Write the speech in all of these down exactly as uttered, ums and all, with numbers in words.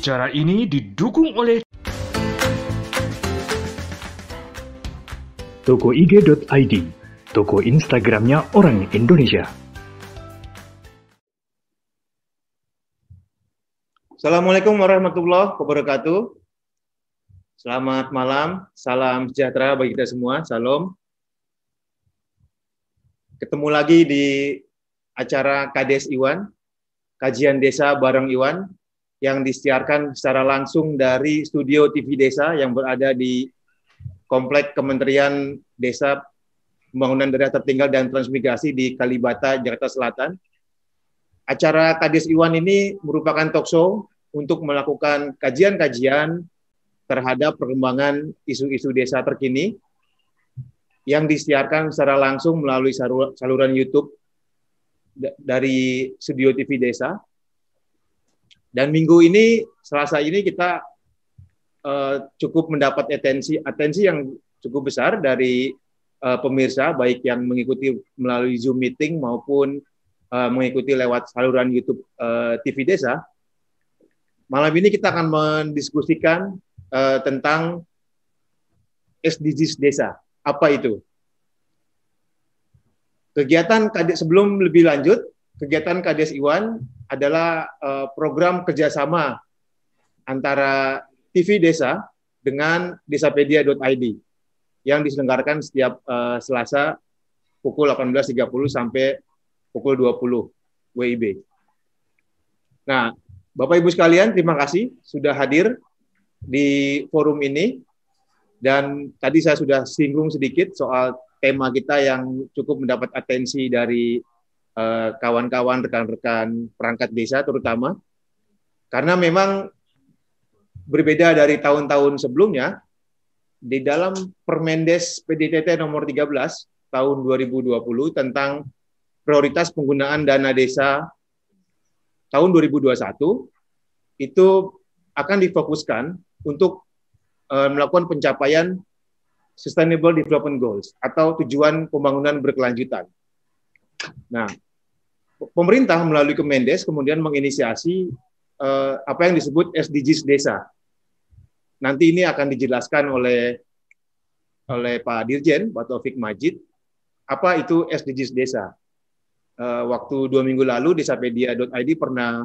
Acara ini didukung oleh toko i g dot i d, toko Instagramnya orang Indonesia. Assalamualaikum warahmatullahi wabarakatuh. Selamat malam, salam sejahtera bagi kita semua, salam. Ketemu lagi di acara K D S Iwan, Kajian Desa bareng Iwan, yang disiarkan secara langsung dari studio T V Desa yang berada di Komplek Kementerian Desa, Pembangunan Daerah Tertinggal dan Transmigrasi di Kalibata, Jakarta Selatan. Acara K D S Iwan ini merupakan talk show untuk melakukan kajian-kajian terhadap perkembangan isu-isu desa terkini yang disiarkan secara langsung melalui saluran YouTube dari studio T V Desa. Dan minggu ini, Selasa ini kita uh, cukup mendapat atensi atensi yang cukup besar dari uh, pemirsa, baik yang mengikuti melalui Zoom meeting maupun uh, mengikuti lewat saluran YouTube uh, T V Desa. Malam ini kita akan mendiskusikan uh, tentang S D Gs desa. Apa itu? Kegiatan K D, sebelum lebih lanjut, kegiatan K D S Iwan adalah uh, program kerjasama antara T V Desa dengan desapedia dot i d yang diselenggarakan setiap uh, Selasa pukul delapan belas tiga puluh sampai pukul dua puluh W I B. Nah, Bapak Ibu sekalian, terima kasih sudah hadir di forum ini. Dan tadi saya sudah singgung sedikit soal tema kita yang cukup mendapat atensi dari kawan-kawan, rekan-rekan perangkat desa terutama. Karena memang berbeda dari tahun-tahun sebelumnya, di dalam Permendes P D T T nomor tiga belas tahun dua ribu dua puluh tentang prioritas penggunaan dana desa tahun dua ribu dua puluh satu, itu akan difokuskan untuk uh, melakukan pencapaian Sustainable Development Goals atau tujuan pembangunan berkelanjutan. Nah, pemerintah melalui Kemendes kemudian menginisiasi uh, apa yang disebut S D Gs desa. Nanti ini akan dijelaskan oleh oleh Pak Dirjen, Pak Taufik Majid, apa itu S D Gs desa. Uh, waktu dua minggu lalu desapedia dot i d pernah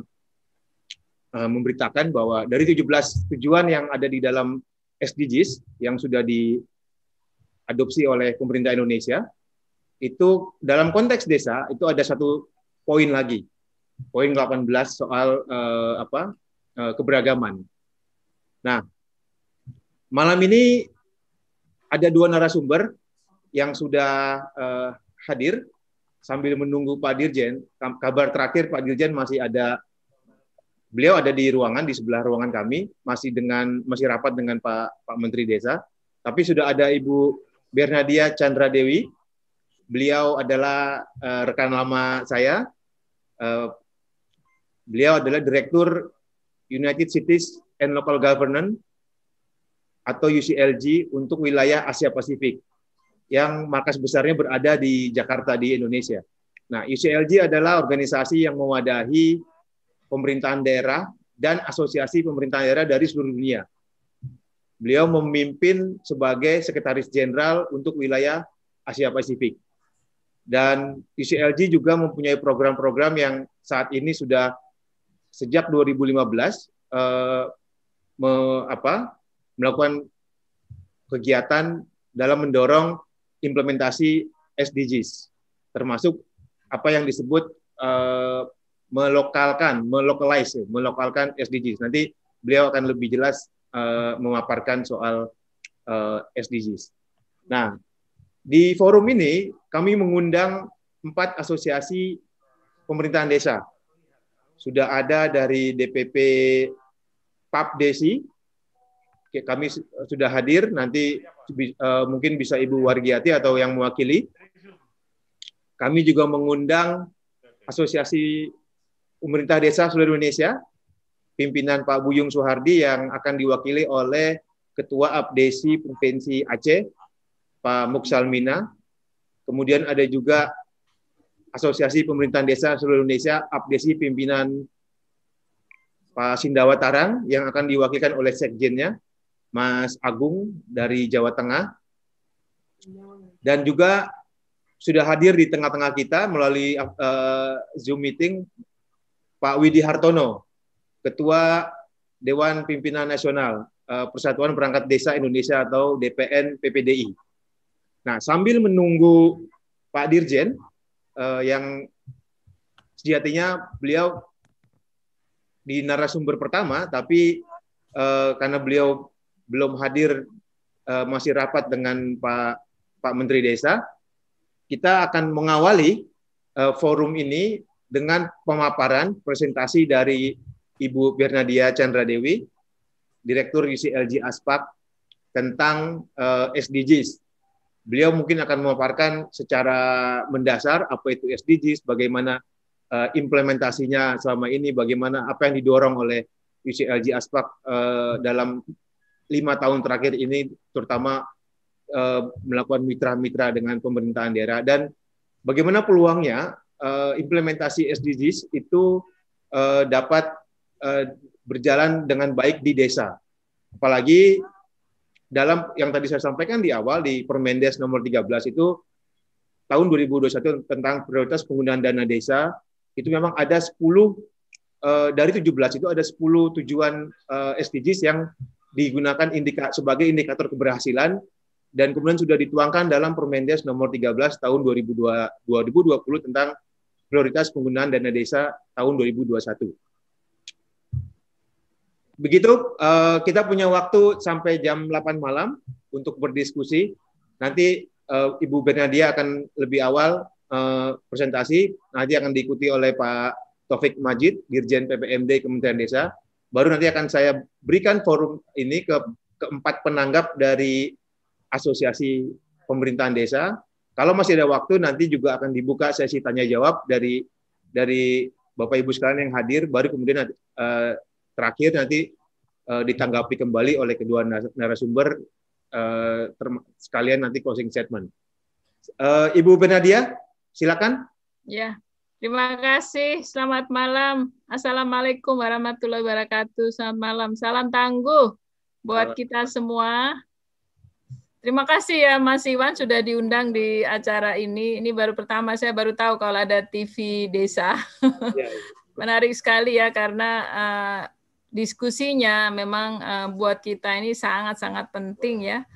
uh, memberitakan bahwa dari tujuh belas tujuan yang ada di dalam S D Gs yang sudah diadopsi oleh pemerintah Indonesia, itu dalam konteks desa itu ada satu poin lagi, poin delapan belas soal uh, apa uh, keberagaman. Nah, malam ini ada dua narasumber yang sudah uh, hadir. Sambil menunggu Pak Dirjen, kabar terakhir Pak Dirjen masih ada, beliau ada di ruangan, di sebelah ruangan kami, masih dengan masih rapat dengan Pak Pak Menteri Desa. Tapi sudah ada Ibu Bernadia Chandra Dewi. Beliau adalah uh, rekan lama saya. Uh, beliau adalah Direktur United Cities and Local Governance atau U C L G untuk wilayah Asia Pasifik, yang markas besarnya berada di Jakarta di Indonesia. Nah, U C L G adalah organisasi yang mewadahi pemerintahan daerah dan asosiasi pemerintahan daerah dari seluruh dunia. Beliau memimpin sebagai Sekretaris Jenderal untuk wilayah Asia Pasifik. Dan U C L G juga mempunyai program-program yang saat ini sudah sejak dua ribu lima belas eh, me, apa, melakukan kegiatan dalam mendorong implementasi S D Gs, termasuk apa yang disebut uh, melokalkan, melokalize, melokalkan S D Gs. Nanti beliau akan lebih jelas uh, memaparkan soal uh, S D Gs. Nah, di forum ini kami mengundang empat asosiasi pemerintahan desa. Sudah ada dari D P P Papdesi, kami sudah hadir, nanti uh, mungkin bisa Ibu Wargiati atau yang mewakili. Kami juga mengundang Asosiasi Pemerintah Desa seluruh Indonesia, pimpinan Pak Buyung Suhardi yang akan diwakili oleh Ketua Apdesi Provinsi Aceh, Pak Muksalmina. Kemudian ada juga Asosiasi Pemerintahan Desa seluruh Indonesia, Apdesi pimpinan Pak Sindawa Tarang yang akan diwakilkan oleh sekjennya, Mas Agung dari Jawa Tengah. Dan juga sudah hadir di tengah-tengah kita melalui uh, Zoom meeting Pak Widi Hartono, Ketua Dewan Pimpinan Nasional uh, Persatuan Perangkat Desa Indonesia atau D P N P P D I. Nah, sambil menunggu Pak Dirjen uh, yang sejatinya beliau di narasumber pertama, tapi uh, karena beliau belum hadir, uh, masih rapat dengan Pak Pak Menteri Desa, kita akan mengawali uh, forum ini dengan pemaparan presentasi dari Ibu Bernadia Chandra Dewi, Direktur U C L G Aspak, tentang uh, S D Gs. Beliau mungkin akan memaparkan secara mendasar apa itu S D Gs, bagaimana Uh, implementasinya selama ini, bagaimana apa yang didorong oleh U C L G Aspak uh, dalam lima tahun terakhir ini, terutama uh, melakukan mitra-mitra dengan pemerintahan daerah, dan bagaimana peluangnya uh, implementasi S D Gs itu uh, dapat uh, berjalan dengan baik di desa. Apalagi dalam yang tadi saya sampaikan di awal di Permendes nomor tiga belas itu tahun dua ribu dua puluh satu tentang prioritas penggunaan dana desa, itu memang ada sepuluh uh, dari tujuh belas itu ada sepuluh tujuan uh, S D Gs yang digunakan indika, sebagai indikator keberhasilan, dan kemudian sudah dituangkan dalam Permendes nomor tiga belas tahun dua ribu dua puluh tentang prioritas penggunaan dana desa tahun dua ribu dua puluh satu. Begitu, uh, kita punya waktu sampai jam delapan malam untuk berdiskusi. Nanti uh, Ibu Bernadia akan lebih awal Uh, presentasi, nanti akan diikuti oleh Pak Taufik Majid, Dirjen P P M D Kementerian Desa. Baru nanti akan saya berikan forum ini ke keempat penanggap dari Asosiasi Pemerintahan Desa. Kalau masih ada waktu, nanti juga akan dibuka sesi tanya jawab dari dari Bapak Ibu sekalian yang hadir. Baru kemudian uh, terakhir nanti uh, ditanggapi kembali oleh kedua narasumber, uh, sekalian nanti closing statement. Uh, Ibu Bernadia, silakan. Ya, terima kasih. Selamat malam. Assalamualaikum warahmatullahi wabarakatuh. Selamat malam. Salam tangguh buat kita semua. Terima kasih ya Mas Iwan sudah diundang di acara ini. Ini baru pertama, saya baru tahu kalau ada T V Desa. Ya, ya. Menarik sekali ya, karena uh, diskusinya memang uh, buat kita ini sangat-sangat penting ya.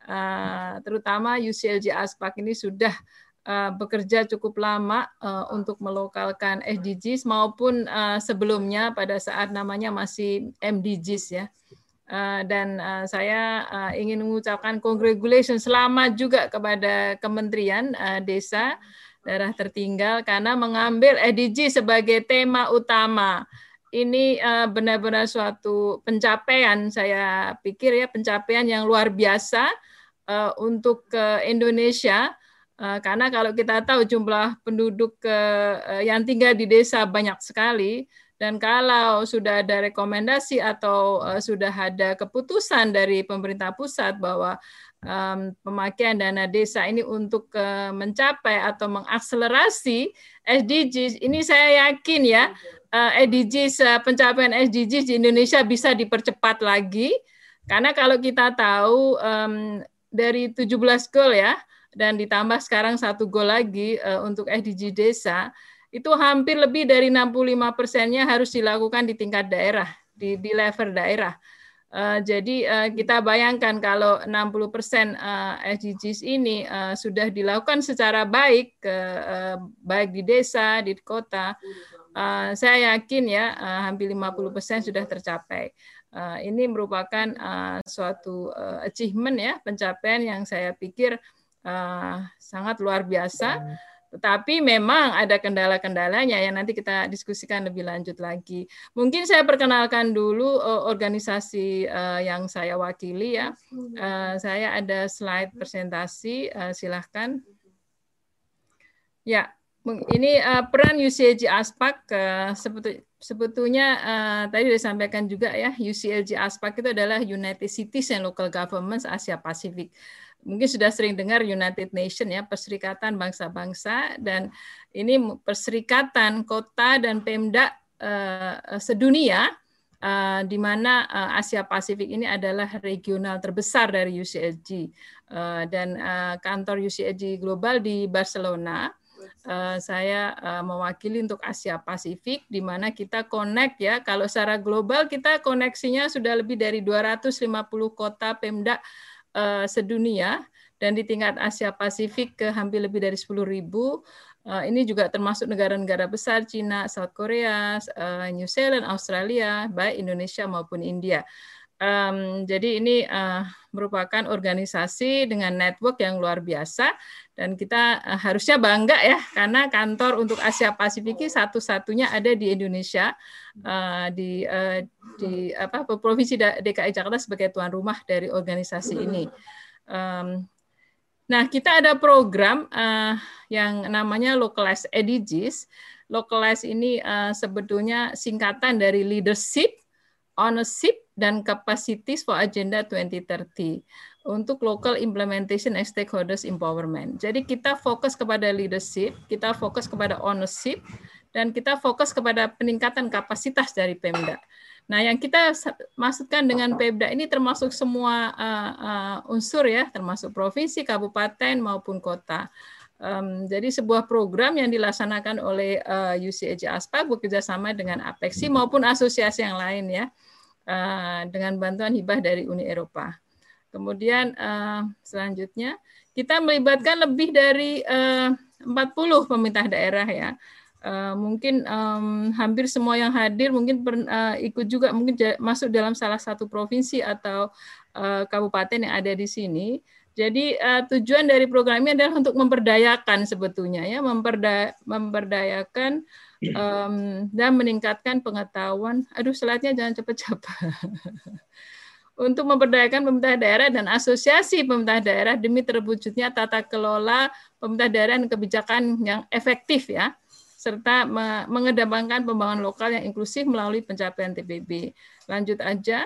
Uh, terutama U C L G Aspak ini sudah Uh, bekerja cukup lama uh, untuk melokalkan S D Gs maupun uh, sebelumnya pada saat namanya masih M D Gs ya. Uh, dan uh, saya uh, ingin mengucapkan congratulations, selamat juga kepada Kementerian uh, Desa Daerah Tertinggal karena mengambil S D G sebagai tema utama. Ini uh, benar-benar suatu pencapaian, saya pikir ya, pencapaian yang luar biasa uh, untuk uh, Indonesia. Karena kalau kita tahu jumlah penduduk yang tinggal di desa banyak sekali, dan kalau sudah ada rekomendasi atau sudah ada keputusan dari pemerintah pusat bahwa pemakaian dana desa ini untuk mencapai atau mengakselerasi S D Gs, ini saya yakin ya, S D Gs, pencapaian S D Gs di Indonesia bisa dipercepat lagi, karena kalau kita tahu dari tujuh belas goal ya, dan ditambah sekarang satu goal lagi uh, untuk S D G desa, itu hampir lebih dari enam puluh lima persennya harus dilakukan di tingkat daerah, di, di level daerah. Uh, jadi uh, kita bayangkan kalau enam puluh persen uh, S D Gs ini uh, sudah dilakukan secara baik, uh, baik di desa, di kota, uh, saya yakin ya uh, hampir lima puluh persen sudah tercapai. Uh, ini merupakan uh, suatu uh, achievement ya, pencapaian yang saya pikir Uh, sangat luar biasa, tetapi memang ada kendala-kendalanya yang nanti kita diskusikan lebih lanjut lagi. Mungkin saya perkenalkan dulu uh, organisasi uh, yang saya wakili ya. Uh, saya ada slide presentasi, uh, silahkan. Ya, ini uh, peran U C L G Aspak uh, sebetul, sebetulnya uh, tadi disampaikan juga ya, U C L G Aspak itu adalah United Cities and Local Governments Asia Pasifik. Mungkin sudah sering dengar United Nations ya, Perserikatan Bangsa-Bangsa, dan ini perserikatan kota dan Pemda eh, sedunia uh, di mana uh, Asia Pasifik ini adalah regional terbesar dari U C S G, uh, dan uh, kantor U C S G Global di Barcelona. Uh, saya uh, mewakili untuk Asia Pasifik, di mana kita connect ya. Kalau secara global kita koneksinya sudah lebih dari dua ratus lima puluh kota Pemda uh, sedunia, dan di tingkat Asia Pasifik ke hampir lebih dari sepuluh ribu. Uh, ini juga termasuk negara-negara besar, Cina, South Korea, uh, New Zealand, Australia, baik Indonesia maupun India. Um, jadi ini uh, merupakan organisasi dengan network yang luar biasa, dan kita uh, harusnya bangga ya, karena kantor untuk Asia Pasifik satu-satunya ada di Indonesia, uh, di uh, di apa Provinsi D K I Jakarta sebagai tuan rumah dari organisasi ini. Um, Nah, kita ada program uh, yang namanya Localized S D Gs. Localized ini uh, sebetulnya singkatan dari Leadership, Ownership, dan Capacities for Agenda twenty thirty untuk Local Implementation and Stakeholders Empowerment. Jadi kita fokus kepada leadership, kita fokus kepada ownership, dan kita fokus kepada peningkatan kapasitas dari Pemda. Nah, yang kita maksudkan dengan Pemda ini termasuk semua uh, uh, unsur ya, termasuk provinsi, kabupaten maupun kota. Um, jadi sebuah program yang dilaksanakan oleh uh, U C S G Aspak bekerjasama dengan Apexi maupun asosiasi yang lain ya, uh, dengan bantuan hibah dari Uni Eropa. Kemudian uh, selanjutnya kita melibatkan lebih dari uh, empat puluh pemerintah daerah ya. Uh, mungkin um, hampir semua yang hadir mungkin per, uh, ikut juga mungkin masuk dalam salah satu provinsi atau uh, kabupaten yang ada di sini. Jadi uh, tujuan dari program ini adalah untuk memperdayakan sebetulnya ya, memperda memperdayakan um, dan meningkatkan pengetahuan. Aduh, slide-nya jangan cepat-cepat. Untuk memperdayakan pemerintah daerah dan asosiasi pemerintah daerah demi terwujudnya tata kelola pemerintah daerah dan kebijakan yang efektif ya, serta mengedepankan pembangunan lokal yang inklusif melalui pencapaian T P B. Lanjut aja.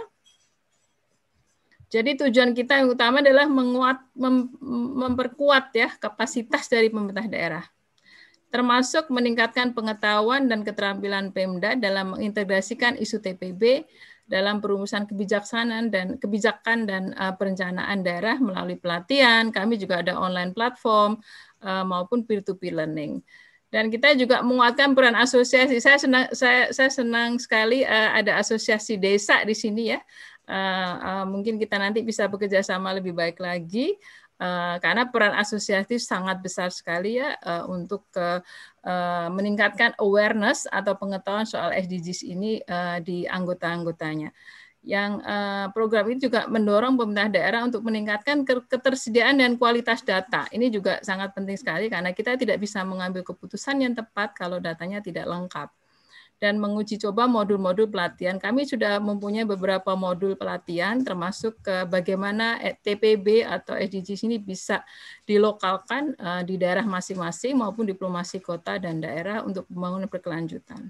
Jadi tujuan kita yang utama adalah menguat, mem, memperkuat ya kapasitas dari pemerintah daerah, termasuk meningkatkan pengetahuan dan keterampilan Pemda dalam mengintegrasikan isu T P B dalam perumusan kebijaksanaan dan kebijakan dan uh, perencanaan daerah melalui pelatihan. Kami juga ada online platform uh, maupun peer-to-peer learning. Dan kita juga menguatkan peran asosiasi. Saya senang, saya, saya senang sekali uh, ada asosiasi desa di sini ya. Uh, uh, mungkin kita nanti bisa bekerja sama lebih baik lagi. Uh, karena peran asosiasi sangat besar sekali ya uh, untuk uh, uh, meningkatkan awareness atau pengetahuan soal S D Gs ini uh, di anggota-anggotanya. Yang uh, program ini juga mendorong pemerintah daerah untuk meningkatkan ketersediaan dan kualitas data. Ini juga sangat penting sekali karena kita tidak bisa mengambil keputusan yang tepat kalau datanya tidak lengkap. Dan menguji coba modul-modul pelatihan. Kami sudah mempunyai beberapa modul pelatihan, termasuk ke bagaimana T P B atau S D Gs ini bisa dilokalkan uh, di daerah masing-masing maupun diplomasi kota dan daerah untuk pembangunan berkelanjutan.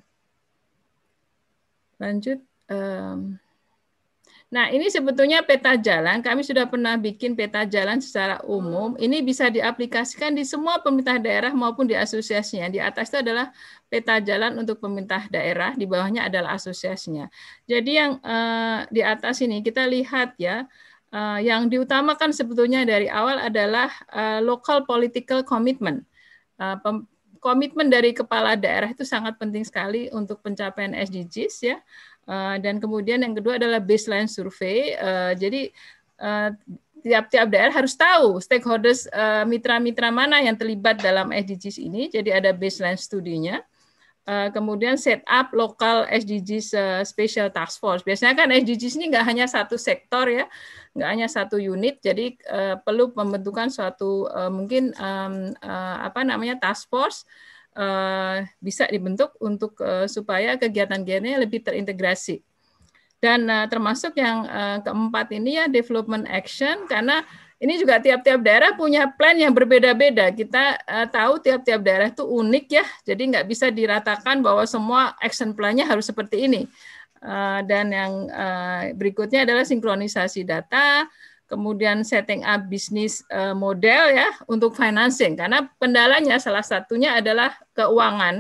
Lanjut. Um, Nah, ini sebetulnya peta jalan. Kami sudah pernah bikin peta jalan secara umum. Ini bisa diaplikasikan di semua pemerintah daerah maupun di asosiasinya. Di atas itu adalah peta jalan untuk pemerintah daerah, di bawahnya adalah asosiasinya. Jadi yang eh, di atas ini kita lihat ya, eh, yang diutamakan sebetulnya dari awal adalah eh, local political commitment. Eh, komitmen dari kepala daerah itu sangat penting sekali untuk pencapaian S D Gs ya. Uh, dan kemudian yang kedua adalah baseline survey. Uh, jadi tiap-tiap uh, daerah harus tahu stakeholders mitra-mitra uh, mana yang terlibat dalam S D Gs ini. Jadi ada baseline studinya. Uh, kemudian set up lokal S D Gs uh, special task force. Biasanya kan S D Gs ini nggak hanya satu sektor ya, nggak hanya satu unit. Jadi uh, perlu pembentukan suatu uh, mungkin um, uh, apa namanya task force. Uh, bisa dibentuk untuk uh, supaya kegiatan-kegiatannya lebih terintegrasi. Dan uh, termasuk yang uh, keempat ini ya development action, karena ini juga tiap-tiap daerah punya plan yang berbeda-beda. Kita uh, tahu tiap-tiap daerah itu unik ya, jadi nggak bisa diratakan bahwa semua action plan-nya harus seperti ini. Uh, dan yang uh, berikutnya adalah sinkronisasi data, kemudian setting up bisnis model ya untuk financing, karena pendalanya salah satunya adalah keuangan.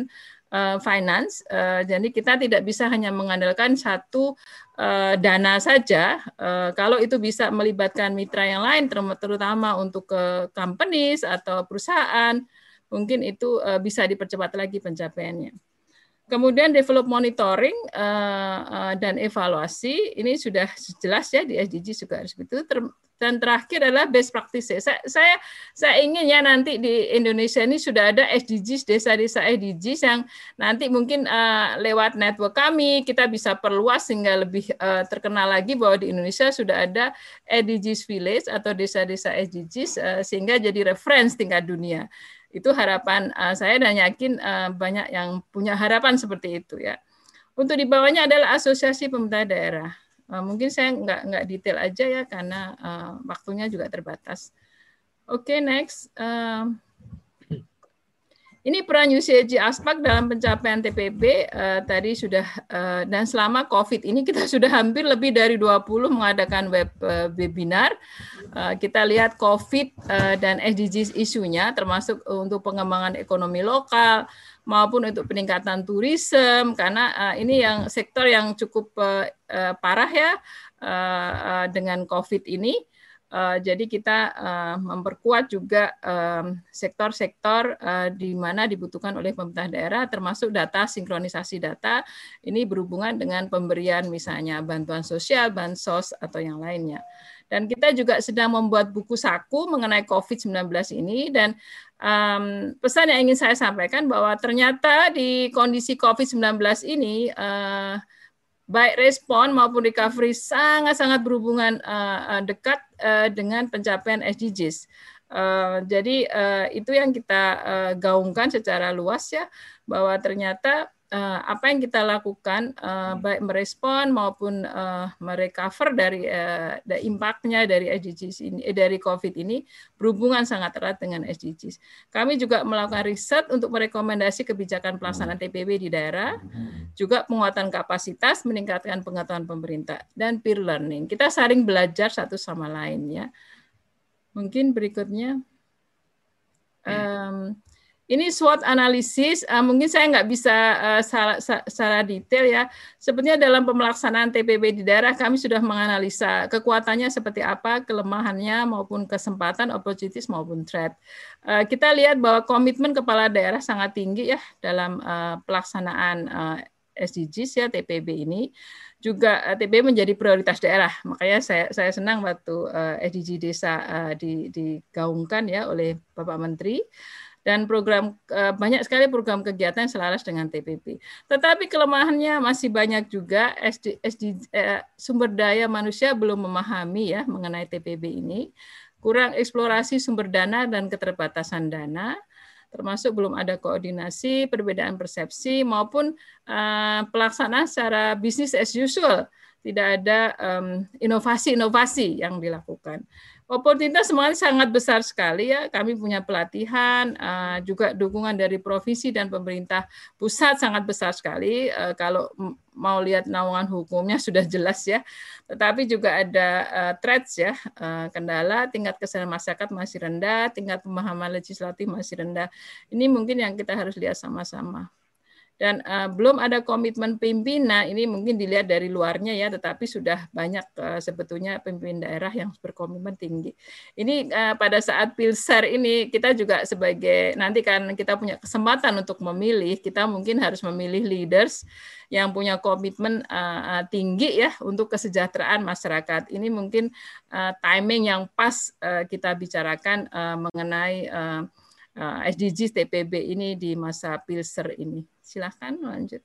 uh, finance. Uh, jadi kita tidak bisa hanya mengandalkan satu uh, dana saja. Uh, kalau itu bisa melibatkan mitra yang lain, terutama untuk ke companies atau perusahaan, mungkin itu uh, bisa dipercepat lagi pencapaiannya. Kemudian develop monitoring uh, uh, dan evaluasi, ini sudah jelas ya di S D G juga harus begitu. Dan terakhir adalah best practices. Saya, saya saya ingin ya nanti di Indonesia ini sudah ada S D Gs, desa-desa S D Gs yang nanti mungkin uh, lewat network kami kita bisa perluas sehingga lebih uh, terkenal lagi bahwa di Indonesia sudah ada S D Gs village atau desa-desa S D Gs uh, sehingga jadi reference tingkat dunia. Itu harapan uh, saya dan yakin uh, banyak yang punya harapan seperti itu ya. Untuk di bawahnya adalah asosiasi pemerintah daerah. Uh, mungkin saya nggak nggak detail aja ya karena uh, waktunya juga terbatas. Oke, okay, next. Uh, Ini peran U C G Aspak dalam pencapaian T P B uh, tadi sudah uh, dan selama COVID ini kita sudah hampir lebih dari dua puluh mengadakan web uh, webinar. Uh, kita lihat COVID uh, dan S D Gs isunya termasuk untuk pengembangan ekonomi lokal maupun untuk peningkatan turisme karena uh, ini yang sektor yang cukup uh, uh, parah ya uh, uh, dengan COVID ini. Uh, jadi kita uh, memperkuat juga sektor-sektor uh, uh, di mana dibutuhkan oleh pemerintah daerah, termasuk data, sinkronisasi data, ini berhubungan dengan pemberian misalnya bantuan sosial, bansos, atau yang lainnya. Dan kita juga sedang membuat buku saku mengenai COVID sembilan belas ini, dan um, pesan yang ingin saya sampaikan bahwa ternyata di kondisi COVID sembilan belas ini, uh, baik respon maupun recovery sangat-sangat berhubungan uh, dekat uh, dengan pencapaian S D Gs. Uh, jadi uh, itu yang kita uh, gaungkan secara luas ya, bahwa ternyata uh, apa yang kita lakukan uh, baik merespon maupun uh, merecover dari uh, impact-nya dari S D Gs ini, eh, dari COVID ini berhubungan sangat erat dengan S D Gs. Kami juga melakukan riset untuk merekomendasi kebijakan pelaksanaan T P B di daerah, juga penguatan kapasitas, meningkatkan pengetahuan pemerintah, dan peer learning. Kita saling belajar satu sama lain ya. Mungkin berikutnya. Um, Ini SWOT analisis, uh, mungkin saya nggak bisa uh, secara, secara detail ya. Sebenarnya dalam pemelaksanaan T P B di daerah kami sudah menganalisa kekuatannya seperti apa, kelemahannya maupun kesempatan, opportunities maupun threat. Uh, kita lihat bahwa komitmen kepala daerah sangat tinggi ya dalam uh, pelaksanaan uh, S D Gs ya T P B ini. Juga uh, T P B menjadi prioritas daerah. Makanya saya saya senang waktu uh, S D G desa uh, di, digaungkan ya oleh Bapak Menteri. Dan program banyak sekali program kegiatan yang selaras dengan T P B. Tetapi kelemahannya masih banyak juga. S D, S D, eh, sumber daya manusia belum memahami ya mengenai T P B ini, kurang eksplorasi sumber dana dan keterbatasan dana, termasuk belum ada koordinasi, perbedaan persepsi maupun eh, pelaksanaan secara business as usual. Tidak ada um, inovasi-inovasi yang dilakukan. Oportunitas semuanya sangat besar sekali ya. Kami punya pelatihan, uh, juga dukungan dari provinsi dan pemerintah pusat sangat besar sekali. Uh, kalau mau lihat naungan hukumnya sudah jelas ya. Tetapi juga ada uh, threats ya, uh, kendala, tingkat kesadaran masyarakat masih rendah, tingkat pemahaman legislatif masih rendah. Ini mungkin yang kita harus lihat sama-sama. Dan uh, belum ada komitmen pimpinan, ini mungkin dilihat dari luarnya ya, tetapi sudah banyak uh, sebetulnya pemimpin daerah yang berkomitmen tinggi. Ini uh, pada saat Pilser ini kita juga sebagai, nanti kan kita punya kesempatan untuk memilih, kita mungkin harus memilih leaders yang punya komitmen uh, uh, tinggi ya untuk kesejahteraan masyarakat. Ini mungkin uh, timing yang pas uh, kita bicarakan uh, mengenai uh, uh, S D Gs T P B ini di masa Pilser ini. Silahkan lanjut.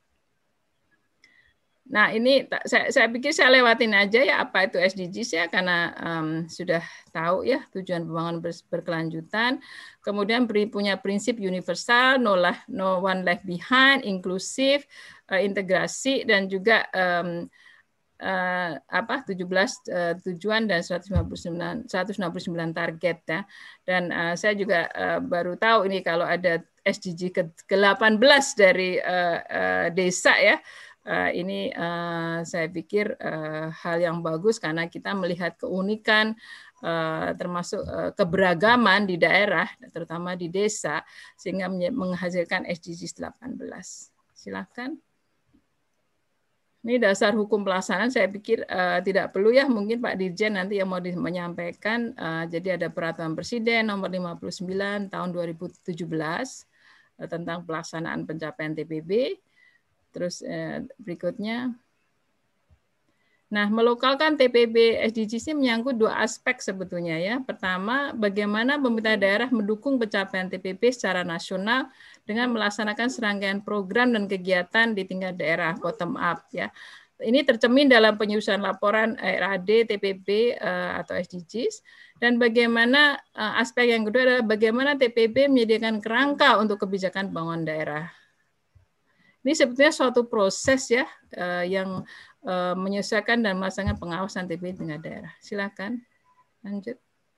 Nah ini saya, saya pikir saya lewatin aja ya apa itu S D Gs ya karena um, sudah tahu ya tujuan pembangunan ber, berkelanjutan. Kemudian beri, punya prinsip universal, no, lah, no one left behind, inklusif, uh, integrasi dan juga um, uh, apa tujuh belas uh, tujuan dan seratus enam puluh sembilan target ya. Dan uh, saya juga uh, baru tahu ini kalau ada S D G ke delapan belas dari uh, uh, desa ya, uh, ini uh, saya pikir uh, hal yang bagus karena kita melihat keunikan uh, termasuk uh, keberagaman di daerah, terutama di desa, sehingga menghasilkan S D Gs delapan belas. Silakan. Ini dasar hukum pelaksanaan, saya pikir uh, tidak perlu ya, mungkin Pak Dirjen nanti yang mau menyampaikan. Uh, jadi ada Peraturan Presiden nomor lima puluh sembilan tahun dua ribu tujuh belas uh, tentang pelaksanaan pencapaian T P B. Terus uh, berikutnya. Nah, melokalkan T P B S D Gs ini menyangkut dua aspek sebetulnya ya. Pertama, bagaimana pemerintah daerah mendukung pencapaian T P B secara nasional dengan melaksanakan serangkaian program dan kegiatan di tingkat daerah bottom up ya. Ini tercermin dalam penyusunan laporan R A D T P B uh, atau S D Gs, dan bagaimana uh, aspek yang kedua adalah bagaimana T P B menyediakan kerangka untuk kebijakan pembangunan daerah. Ini sebetulnya suatu proses ya uh, yang uh, menyesuaikan dan melaksanakan pengawasan T P B tingkat daerah. Silakan lanjut.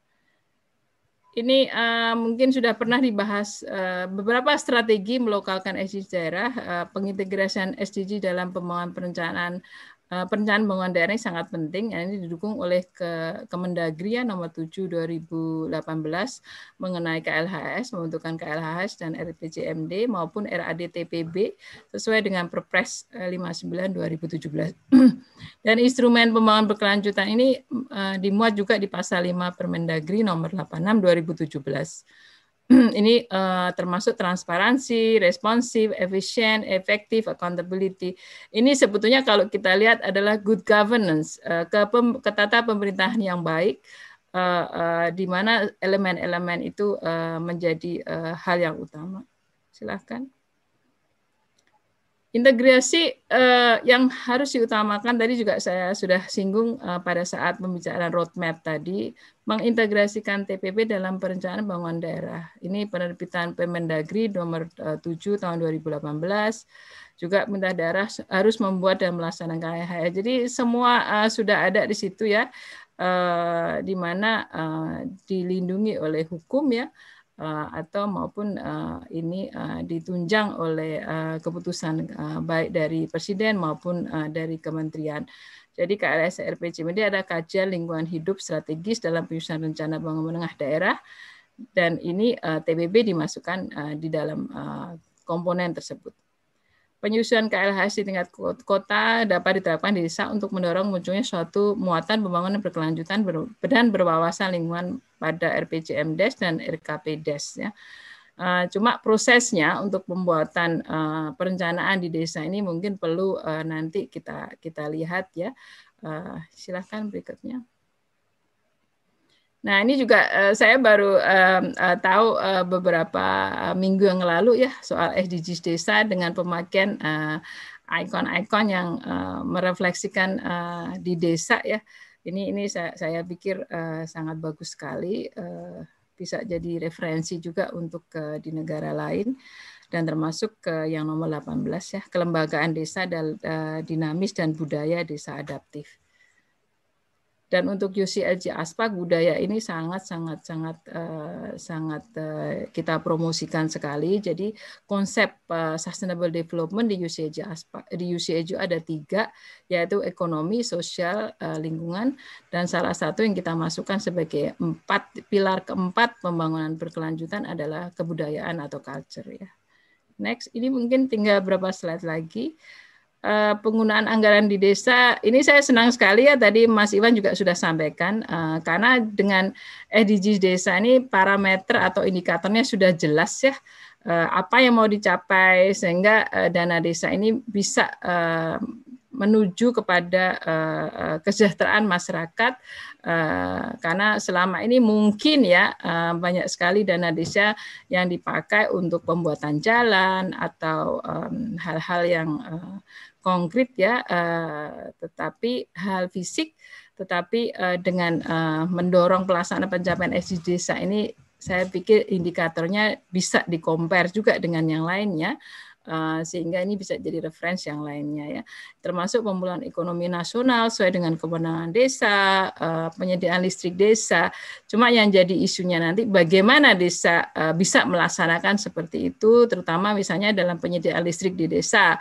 Ini uh, mungkin sudah pernah dibahas uh, beberapa strategi melokalkan S D Gs daerah, uh, pengintegrasian S D G dalam pembangunan perencanaan uh, perencanaan pembangunan daerah ini sangat penting. Ini didukung oleh ke Kemendagri ya, nomor tujuh dua ribu delapan belas mengenai K L H S, membentukkan K L H S dan R P J M D maupun R A D T P B sesuai dengan Perpres lima puluh sembilan dua ribu tujuh belas. Dan instrumen pembangunan berkelanjutan ini uh, dimuat juga di pasal lima Permendagri nomor delapan puluh enam dua ribu tujuh belas. Ini uh, termasuk transparansi, responsif, efisien, efektif, accountability. Ini sebetulnya kalau kita lihat adalah good governance, uh, ke, pem, ke tata pemerintahan yang baik, uh, uh, di mana elemen-elemen itu uh, menjadi uh, hal yang utama. Silakan. Integrasi uh, yang harus diutamakan tadi juga saya sudah singgung uh, pada saat pembicaraan roadmap tadi, mengintegrasikan T P B dalam perencanaan pembangunan daerah. Ini penerbitan Permendagri nomor uh, tujuh tahun dua ribu delapan belas, juga pemerintah daerah harus membuat dan melaksanakan K L H S. Jadi semua uh, sudah ada di situ ya, uh, di mana uh, dilindungi oleh hukum ya, Uh, atau maupun uh, ini uh, ditunjang oleh uh, keputusan uh, baik dari Presiden maupun uh, dari Kementerian. Jadi K L H S R P J M D ada kajian lingkungan hidup strategis dalam penyusunan rencana pembangunan menengah daerah, dan ini uh, T P B dimasukkan uh, di dalam uh, komponen tersebut. Penyusunan K L H S di tingkat kota dapat diterapkan di desa untuk mendorong munculnya suatu muatan pembangunan berkelanjutan dan berwawasan lingkungan pada R P J M D E S dan R K P D E S ya. Cuma prosesnya untuk pembuatan perencanaan di desa ini mungkin perlu nanti kita kita lihat ya. Silahkan berikutnya. Nah, ini juga uh, saya baru uh, uh, tahu uh, beberapa uh, minggu yang lalu ya soal S D Gs desa dengan pemakaian uh, ikon-ikon yang uh, merefleksikan uh, di desa ya. Ini ini saya, saya pikir uh, sangat bagus sekali, uh, bisa jadi referensi juga untuk uh, di negara lain, dan termasuk ke yang nomor delapan belas ya, kelembagaan desa dan uh, dinamis dan budaya desa adaptif. Dan untuk U C L J Aspak budaya ini sangat sangat sangat uh, sangat uh, kita promosikan sekali. Jadi konsep uh, sustainable development di U C L J Aspak di U C L J ada tiga, yaitu ekonomi, sosial, uh, lingkungan, dan salah satu yang kita masukkan sebagai empat pilar keempat pembangunan berkelanjutan adalah kebudayaan atau culture ya. Next, ini mungkin tinggal beberapa slide lagi. Uh, penggunaan anggaran di desa, ini saya senang sekali ya, tadi Mas Iwan juga sudah sampaikan, uh, karena dengan S D Gs desa ini parameter atau indikatornya sudah jelas ya, uh, apa yang mau dicapai, sehingga uh, dana desa ini bisa uh, menuju kepada uh, kesejahteraan masyarakat, uh, karena selama ini mungkin ya uh, banyak sekali dana desa yang dipakai untuk pembuatan jalan atau hal-hal um, yang uh, konkret ya, uh, tetapi hal fisik, tetapi uh, dengan uh, mendorong pelaksanaan pencapaian S D G desa ini, saya pikir indikatornya bisa di-compare juga dengan yang lainnya, uh, sehingga ini bisa jadi referensi yang lainnya ya, termasuk pemulihan ekonomi nasional sesuai dengan kewenangan desa, uh, penyediaan listrik desa. Cuma yang jadi isunya nanti bagaimana desa uh, bisa melaksanakan seperti itu, terutama misalnya dalam penyediaan listrik di desa.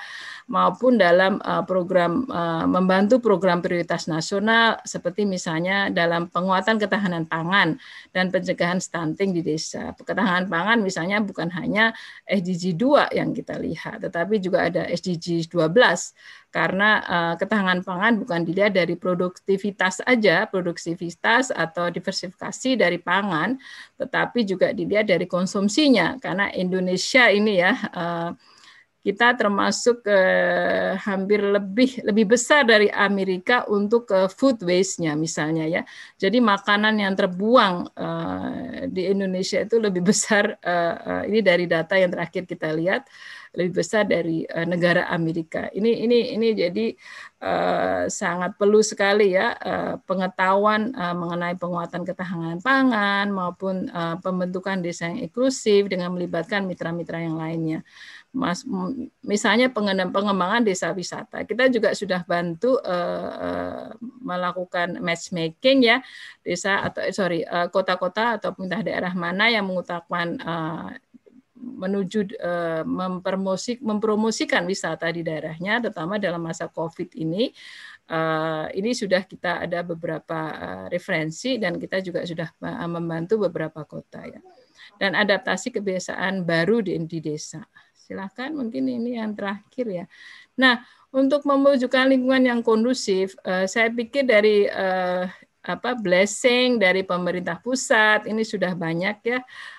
maupun dalam uh, program uh, membantu program prioritas nasional seperti misalnya dalam penguatan ketahanan pangan dan pencegahan stunting di desa. Ketahanan pangan misalnya bukan hanya S D G dua yang kita lihat, tetapi juga ada S D G dua belas karena uh, ketahanan pangan bukan dilihat dari produktivitas aja, produktivitas atau diversifikasi dari pangan, tetapi juga dilihat dari konsumsinya karena Indonesia ini ya uh, kita termasuk eh, hampir lebih lebih besar dari Amerika untuk eh, food waste-nya misalnya ya. Jadi makanan yang terbuang eh, di Indonesia itu lebih besar eh, eh, ini dari data yang terakhir kita lihat lebih besar dari eh, negara Amerika. Ini ini ini jadi eh, sangat perlu sekali ya eh, pengetahuan eh, mengenai penguatan ketahanan pangan maupun eh, pembentukan desa yang inklusif dengan melibatkan mitra-mitra yang lainnya. Mas, misalnya pengembangan desa wisata, kita juga sudah bantu uh, uh, melakukan matchmaking ya desa atau sorry kota-kota uh, atau pemerintah daerah mana yang mengutamakan uh, menuju uh, mempromosik, mempromosikan wisata di daerahnya, terutama dalam masa COVID ini. Uh, ini sudah kita ada beberapa uh, referensi dan kita juga sudah uh, membantu beberapa kota ya. Dan adaptasi kebiasaan baru di, di desa. Silahkan mungkin ini yang terakhir ya. Nah, untuk mewujudkan lingkungan yang kondusif, eh, saya pikir dari eh, apa blessing dari pemerintah pusat ini sudah banyak ya.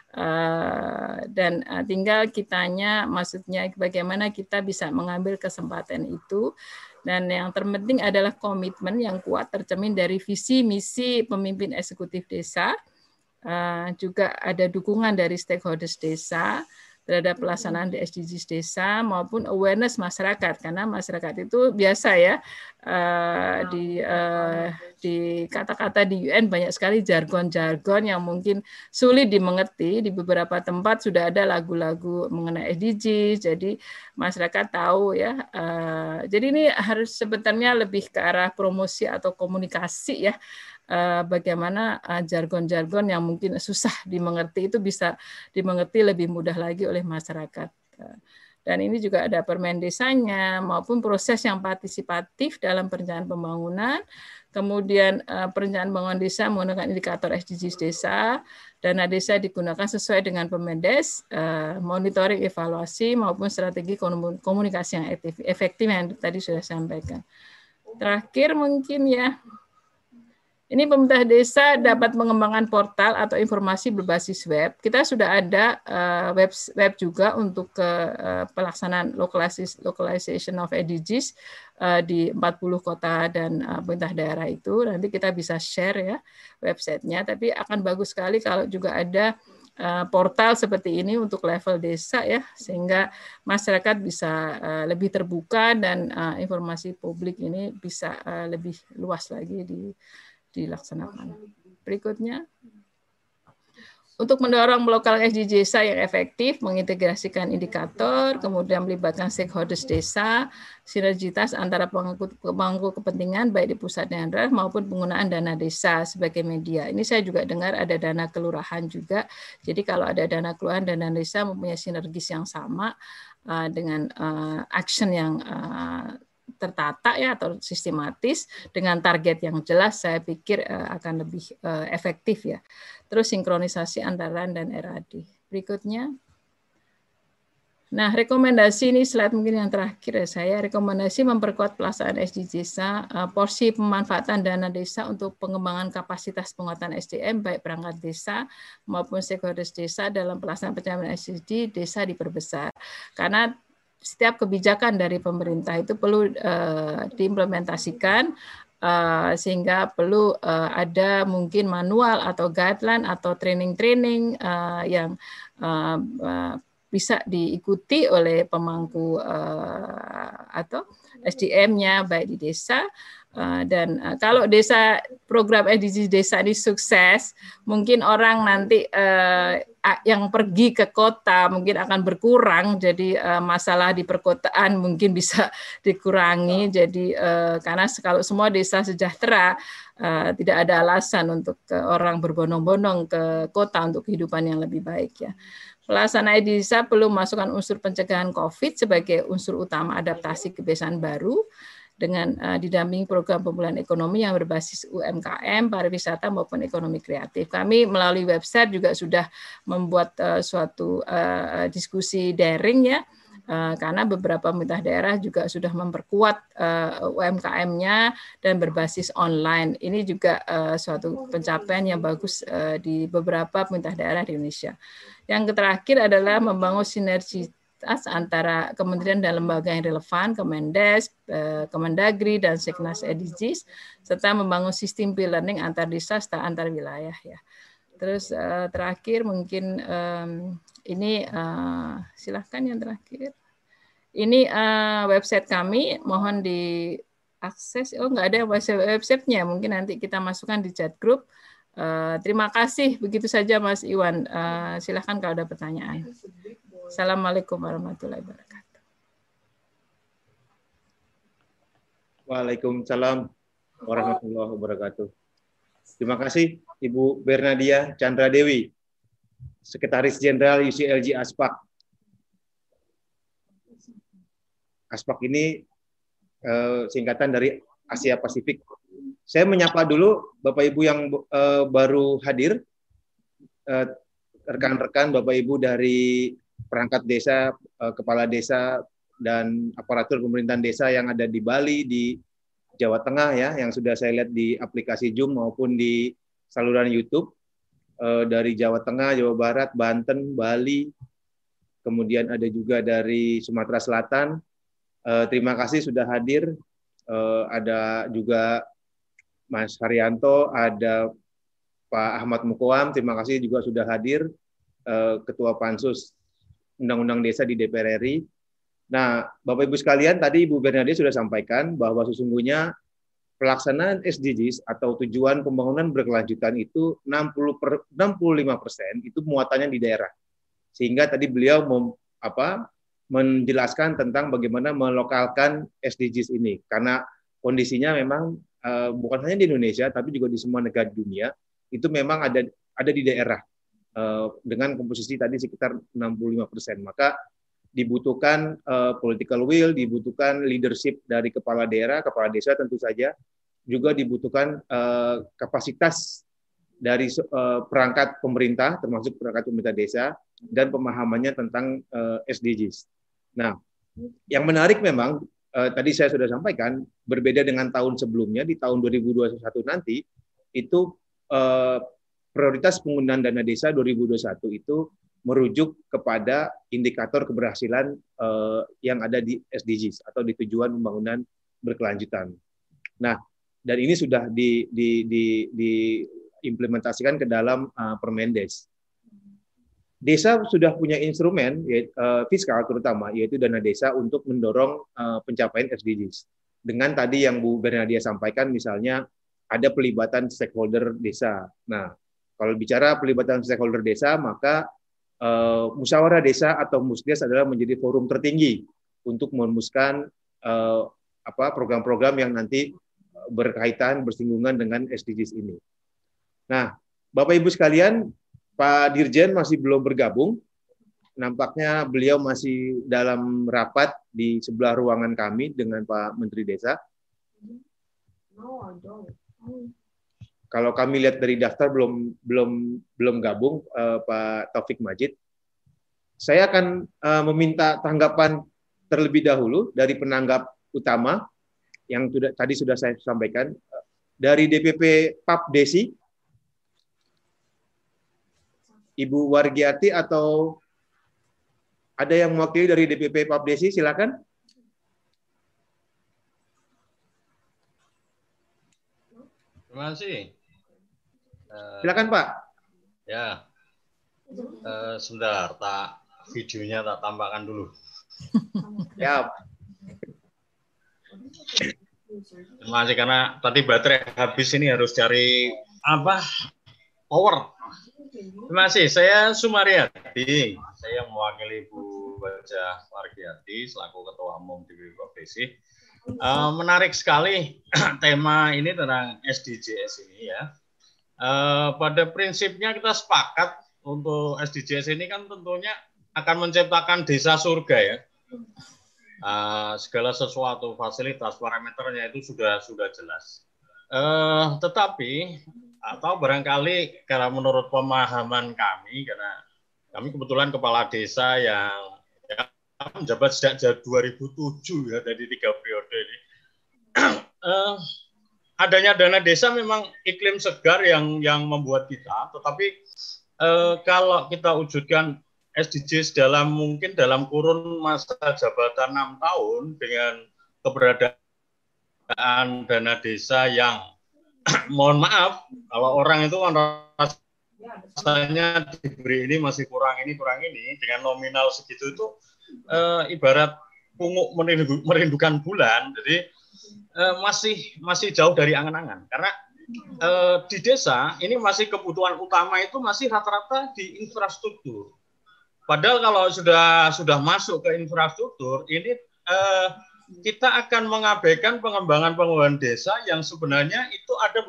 Eh, dan eh, tinggal kitanya, maksudnya bagaimana kita bisa mengambil kesempatan itu. Dan yang terpenting adalah komitmen yang kuat tercermin dari visi misi pemimpin eksekutif desa. Eh, juga ada dukungan dari stakeholders desa terhadap pelaksanaan S D Gs desa maupun awareness masyarakat karena masyarakat itu biasa ya uh, di uh, di kata-kata di U N banyak sekali jargon-jargon yang mungkin sulit dimengerti. Di beberapa tempat sudah ada lagu-lagu mengenai S D Gs, jadi masyarakat tahu ya. Uh, jadi ini harus sebenarnya lebih ke arah promosi atau komunikasi ya. Bagaimana jargon-jargon yang mungkin susah dimengerti itu bisa dimengerti lebih mudah lagi oleh masyarakat. Dan ini juga ada permen desanya maupun proses yang partisipatif dalam perencanaan pembangunan. Kemudian perencanaan pembangunan desa menggunakan indikator S D Gs desa, dana desa digunakan sesuai dengan Permendes, monitoring evaluasi maupun strategi komunikasi yang efektif yang tadi sudah sampaikan. Terakhir mungkin ya. Ini pemerintah desa dapat mengembangkan portal atau informasi berbasis web. Kita sudah ada uh, web web juga untuk uh, pelaksanaan localization of S D Gs uh, di empat puluh kota dan uh, pemerintah daerah itu. Nanti kita bisa share ya websitenya. Tapi akan bagus sekali kalau juga ada uh, portal seperti ini untuk level desa ya, sehingga masyarakat bisa uh, lebih terbuka dan uh, informasi publik ini bisa uh, lebih luas lagi di dilaksanakan. Berikutnya, untuk mendorong lokal S D G desa yang efektif, mengintegrasikan indikator, kemudian melibatkan stakeholders desa, sinergitas antara pemangku, pemangku kepentingan baik di pusat dan daerah maupun penggunaan dana desa sebagai media. Ini saya juga dengar ada dana kelurahan juga. Jadi kalau ada dana kelurahan dan dana desa mempunyai sinergis yang sama uh, dengan uh, action yang uh, tertata ya atau sistematis dengan target yang jelas, saya pikir uh, akan lebih uh, efektif ya. Terus sinkronisasi antara dan R A D. Berikutnya. Nah, rekomendasi ini slide mungkin yang terakhir ya saya. Rekomendasi memperkuat pelaksanaan S D G desa, uh, porsi pemanfaatan dana desa untuk pengembangan kapasitas penguatan S D M baik perangkat desa maupun stakeholders desa dalam pelaksanaan pencapaian S D G desa diperbesar. Karena setiap kebijakan dari pemerintah itu perlu uh, diimplementasikan uh, sehingga perlu uh, ada mungkin manual atau guideline atau training-training uh, yang uh, uh, bisa diikuti oleh pemangku uh, atau S D M-nya baik di desa. Uh, dan uh, kalau desa program S D G desa ini sukses, mungkin orang nanti uh, yang pergi ke kota mungkin akan berkurang, jadi uh, masalah di perkotaan mungkin bisa dikurangi. Jadi uh, karena kalau semua desa sejahtera, uh, tidak ada alasan untuk uh, orang berbondong-bondong ke kota untuk kehidupan yang lebih baik ya. Pelaksanaan desa perlu memasukkan unsur pencegahan COVID sebagai unsur utama adaptasi kebiasaan baru dengan uh, didampingi program pemulihan ekonomi yang berbasis U M K M, pariwisata maupun ekonomi kreatif. Kami melalui website juga sudah membuat uh, suatu uh, diskusi daring ya, uh, karena beberapa pemerintah daerah juga sudah memperkuat uh, U M K M-nya dan berbasis online. Ini juga uh, suatu pencapaian yang bagus uh, di beberapa pemerintah daerah di Indonesia. Yang terakhir adalah membangun sinergi antara kementerian dan lembaga yang relevan, Kemendes, Kemendagri, dan Seknas S D Gs, serta membangun sistem e-learning antar desa serta antar wilayah. Ya. Terus terakhir mungkin ini silahkan yang terakhir. Ini website kami, mohon diakses. Oh nggak ada website-nya, mungkin nanti kita masukkan di chat group. Terima kasih, begitu saja Mas Iwan. Silahkan kalau ada pertanyaan. Assalamualaikum warahmatullahi wabarakatuh. Waalaikumsalam warahmatullahi wabarakatuh. Terima kasih Ibu Bernadia Chandra Dewi, Sekretaris Jenderal U C L G ASPAK. ASPAK ini eh, singkatan dari Asia Pasifik. Saya menyapa dulu Bapak Ibu yang eh, baru hadir, eh, rekan-rekan Bapak Ibu dari perangkat desa, kepala desa, dan aparatur pemerintahan desa yang ada di Bali, di Jawa Tengah ya, yang sudah saya lihat di aplikasi Zoom maupun di saluran YouTube, dari Jawa Tengah, Jawa Barat, Banten, Bali, kemudian ada juga dari Sumatera Selatan. Terima kasih sudah hadir. Ada juga Mas Haryanto, ada Pak Ahmad Mukoam, terima kasih juga sudah hadir, Ketua Pansus Undang-Undang Desa di D P R R I. Nah, Bapak Ibu sekalian, tadi Ibu Bernadia sudah sampaikan bahwa sesungguhnya pelaksanaan S D Gs atau tujuan pembangunan berkelanjutan itu enam puluh lima persen itu muatannya di daerah. Sehingga tadi beliau mem, apa, menjelaskan tentang bagaimana melokalkan S D Gs ini. Karena kondisinya memang uh, bukan hanya di Indonesia, tapi juga di semua negara dunia, itu memang ada ada di daerah. Dengan komposisi tadi sekitar enam puluh lima persen, maka dibutuhkan uh, political will, dibutuhkan leadership dari kepala daerah, kepala desa tentu saja, juga dibutuhkan uh, kapasitas dari uh, perangkat pemerintah, termasuk perangkat pemerintah desa, dan pemahamannya tentang uh, S D Gs. Nah, yang menarik memang, uh, tadi saya sudah sampaikan, berbeda dengan tahun sebelumnya, di tahun dua ribu dua puluh satu nanti, itu uh, prioritas penggunaan dana desa dua ribu dua puluh satu itu merujuk kepada indikator keberhasilan eh, yang ada di S D Gs atau di tujuan pembangunan berkelanjutan. Nah, dan ini sudah di, di, di, diimplementasikan ke dalam uh, Permendes. Desa sudah punya instrumen yaitu, uh, fiskal terutama, yaitu dana desa untuk mendorong uh, pencapaian S D Gs. Dengan tadi yang Bu Bernadia sampaikan, misalnya ada pelibatan stakeholder desa. Nah, kalau bicara pelibatan stakeholder desa, maka uh, musyawarah desa atau musdes adalah menjadi forum tertinggi untuk merumuskan uh, apa program-program yang nanti berkaitan bersinggungan dengan S D Gs ini. Nah, Bapak Ibu sekalian, Pak Dirjen masih belum bergabung. Nampaknya beliau masih dalam rapat di sebelah ruangan kami dengan Pak Menteri Desa. Kalau kami lihat dari daftar belum belum belum gabung uh, Pak Taufik Majid. Saya akan uh, meminta tanggapan terlebih dahulu dari penanggap utama yang sudah, tadi sudah saya sampaikan dari D P P Papdesi, Ibu Wargiati, atau ada yang mewakili dari D P P Papdesi, silakan. Terima kasih. Silakan Pak. Ya, uh, sebentar, tak videonya tak tampakkan dulu. Ya. Terima kasih, karena tadi baterai habis, ini harus cari apa power. Terima kasih. Saya Sumaryadi, saya mewakili Bu Wajah Wargiati selaku Ketua Umum D P P Papdesi. Uh, menarik sekali tema ini tentang S D Gs ini ya. Uh, pada prinsipnya kita sepakat untuk S D Gs ini kan tentunya akan menciptakan desa surga ya. Uh, segala sesuatu, fasilitas, parameternya itu sudah sudah jelas. Uh, tetapi atau barangkali karena menurut pemahaman kami, karena kami kebetulan kepala desa yang ya, menjabat sejak dua ribu tujuh ya, dari tiga periode ini. uh, adanya dana desa memang iklim segar yang yang membuat kita, tetapi uh, kalau kita wujudkan S D Gs dalam mungkin dalam kurun masa jabatan enam tahun dengan keberadaan dana desa yang mohon maaf kalau orang itu rasanya diberi ini masih kurang ini kurang ini dengan nominal segitu itu e, ibarat punguk merindu, merindukan bulan, jadi e, masih masih jauh dari angan-angan karena e, di desa ini masih kebutuhan utama itu masih rata-rata di infrastruktur. Padahal kalau sudah sudah masuk ke infrastruktur, ini eh, kita akan mengabaikan pengembangan pengembangan desa yang sebenarnya itu ada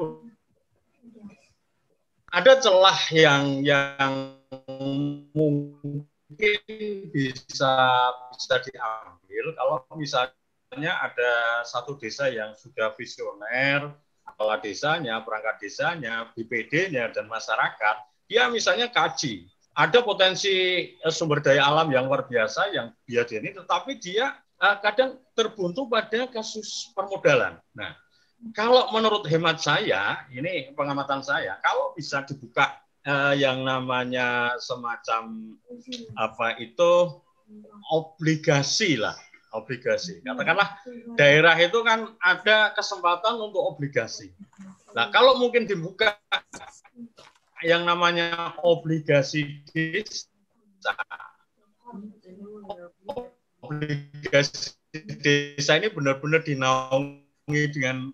ada celah yang yang mungkin bisa bisa diambil kalau misalnya ada satu desa yang sudah visioner, kepala desanya, perangkat desanya, B P D-nya dan masyarakat, dia misalnya kaji. Ada potensi sumber daya alam yang luar biasa yang dia ini, tetapi dia uh, kadang terbuntu pada kasus permodalan. Nah, kalau menurut hemat saya, ini pengamatan saya, kalau bisa dibuka uh, yang namanya semacam apa itu obligasi lah, obligasi. Katakanlah daerah itu kan ada kesempatan untuk obligasi. Nah, kalau mungkin dibuka yang namanya obligasi desa, obligasi desa ini benar-benar dinaungi dengan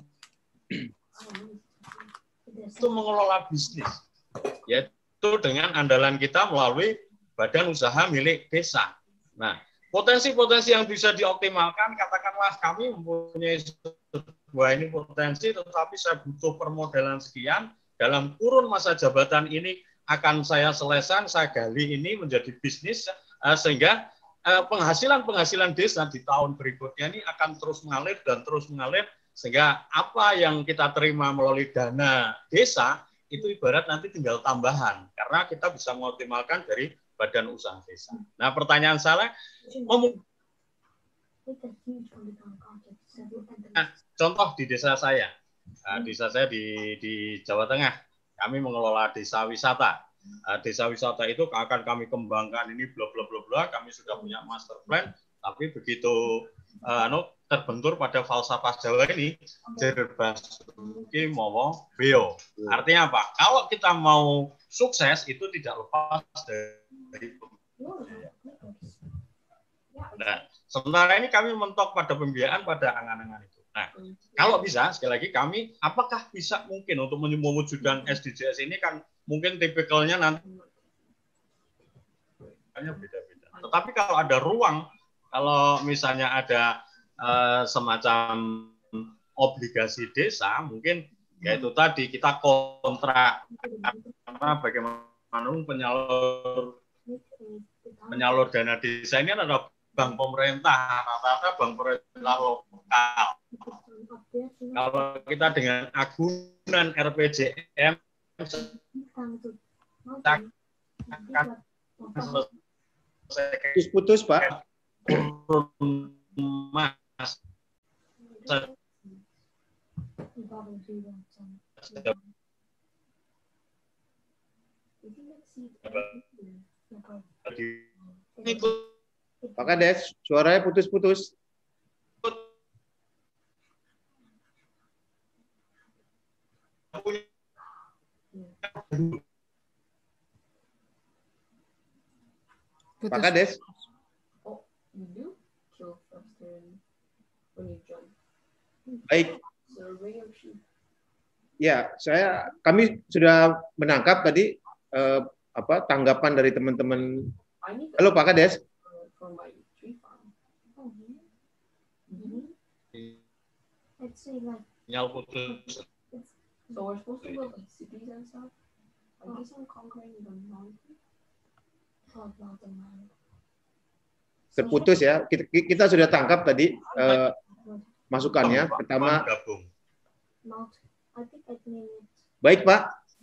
untuk mengelola bisnis, yaitu dengan andalan kita melalui badan usaha milik desa. Nah, potensi-potensi yang bisa dioptimalkan, katakanlah kami mempunyai sebuah ini potensi, tetapi saya butuh permodalan sekian. Dalam kurun masa jabatan ini akan saya selesaikan, saya gali ini menjadi bisnis, uh, sehingga uh, penghasilan-penghasilan desa di tahun berikutnya ini akan terus mengalir dan terus mengalir, sehingga apa yang kita terima melalui dana desa, itu ibarat nanti tinggal tambahan, karena kita bisa mengoptimalkan dari badan usaha desa. Nah, pertanyaan saya, ngomong, nah, contoh di desa saya, Nah, desa saya di, di Jawa Tengah, kami mengelola desa wisata. Nah, desa wisata itu akan kami kembangkan ini bla bla bla bla. Kami sudah punya master plan, tapi begitu uh, no, terbentur pada falsafah Jawa ini, jerbasuki mowo beo. Artinya apa? Kalau kita mau sukses itu tidak lepas dari pembiayaan. Nah, sementara ini kami mentok pada pembiayaan pada angan-angan itu. Nah, kalau bisa, sekali lagi kami, apakah bisa mungkin untuk mewujudkan S D Gs ini kan mungkin tipikalnya nanti beda-beda. Tetapi kalau ada ruang, kalau misalnya ada uh, semacam obligasi desa, mungkin yaitu tadi kita kontrak karena bagaimana penyalur penyalur dana desa ini adalah bank pemerintah, rata-rata bank pemerintah lokal. Kalau kita dengan agunan R P J M, putus-putus Pak. Mas. Pak Kades, suaranya putus-putus. Pak Kades. Baik. Ya, saya kami sudah menangkap tadi eh, apa tanggapan dari teman-teman. Halo Pak Kades. Sinyal putus. Terputus ya. Kita, kita sudah tangkap tadi uh, masukannya. Pertama. Baik, Pak.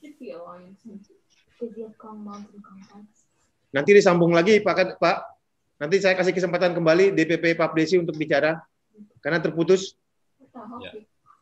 Nanti disambung lagi, Pak. Pak. Nanti saya kasih kesempatan kembali D P P Papdesi untuk bicara karena terputus. Ya.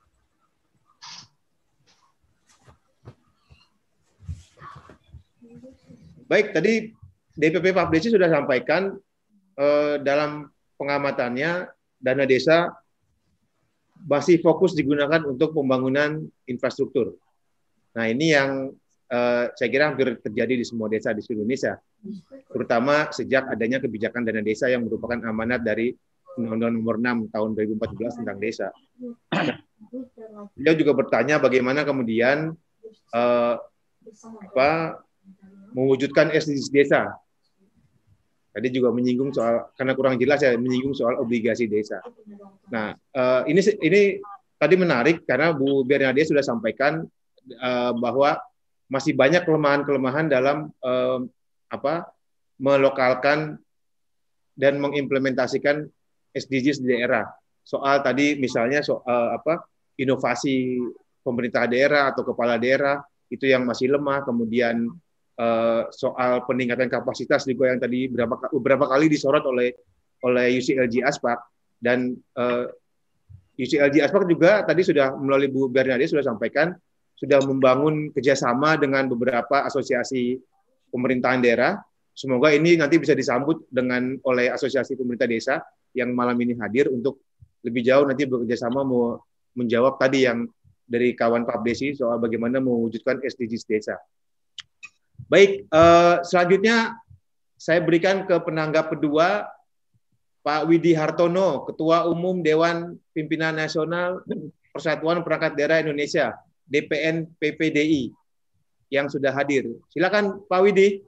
Baik, tadi D P P Papdesi sudah sampaikan eh, dalam pengamatannya dana desa masih fokus digunakan untuk pembangunan infrastruktur. Nah, ini yang eh, saya kira hampir terjadi di semua desa di seluruh Indonesia, terutama sejak adanya kebijakan dana desa yang merupakan amanat dari Undang-Undang Nomor enam Tahun dua ribu empat belas tentang desa. Beliau juga bertanya bagaimana kemudian eh, apa mewujudkan S D Gs desa. Tadi juga menyinggung soal, karena kurang jelas ya, menyinggung soal obligasi desa. Nah, eh, ini ini tadi menarik karena Bu Bernadette sudah sampaikan eh, bahwa masih banyak kelemahan-kelemahan dalam eh, apa melokalkan dan mengimplementasikan S D Gs di daerah. Soal tadi misalnya soal apa inovasi pemerintah daerah atau kepala daerah itu yang masih lemah, kemudian Uh, soal peningkatan kapasitas juga yang tadi beberapa beberapa kali disorot oleh oleh U C L G Aspak, dan uh, U C L G Aspak juga tadi sudah melalui Bu Bernadette sudah sampaikan sudah membangun kerjasama dengan beberapa asosiasi pemerintahan daerah. Semoga ini nanti bisa disambut dengan oleh asosiasi pemerintah desa yang malam ini hadir untuk lebih jauh nanti bekerjasama mau menjawab tadi yang dari kawan Papdesi soal bagaimana mewujudkan S D Gs desa. Baik, eh, selanjutnya saya berikan ke penanggap kedua, Pak Widi Hartono, Ketua Umum Dewan Pimpinan Nasional Persatuan Perangkat Daerah Indonesia, D P N P P D I, yang sudah hadir. Silakan Pak Widi.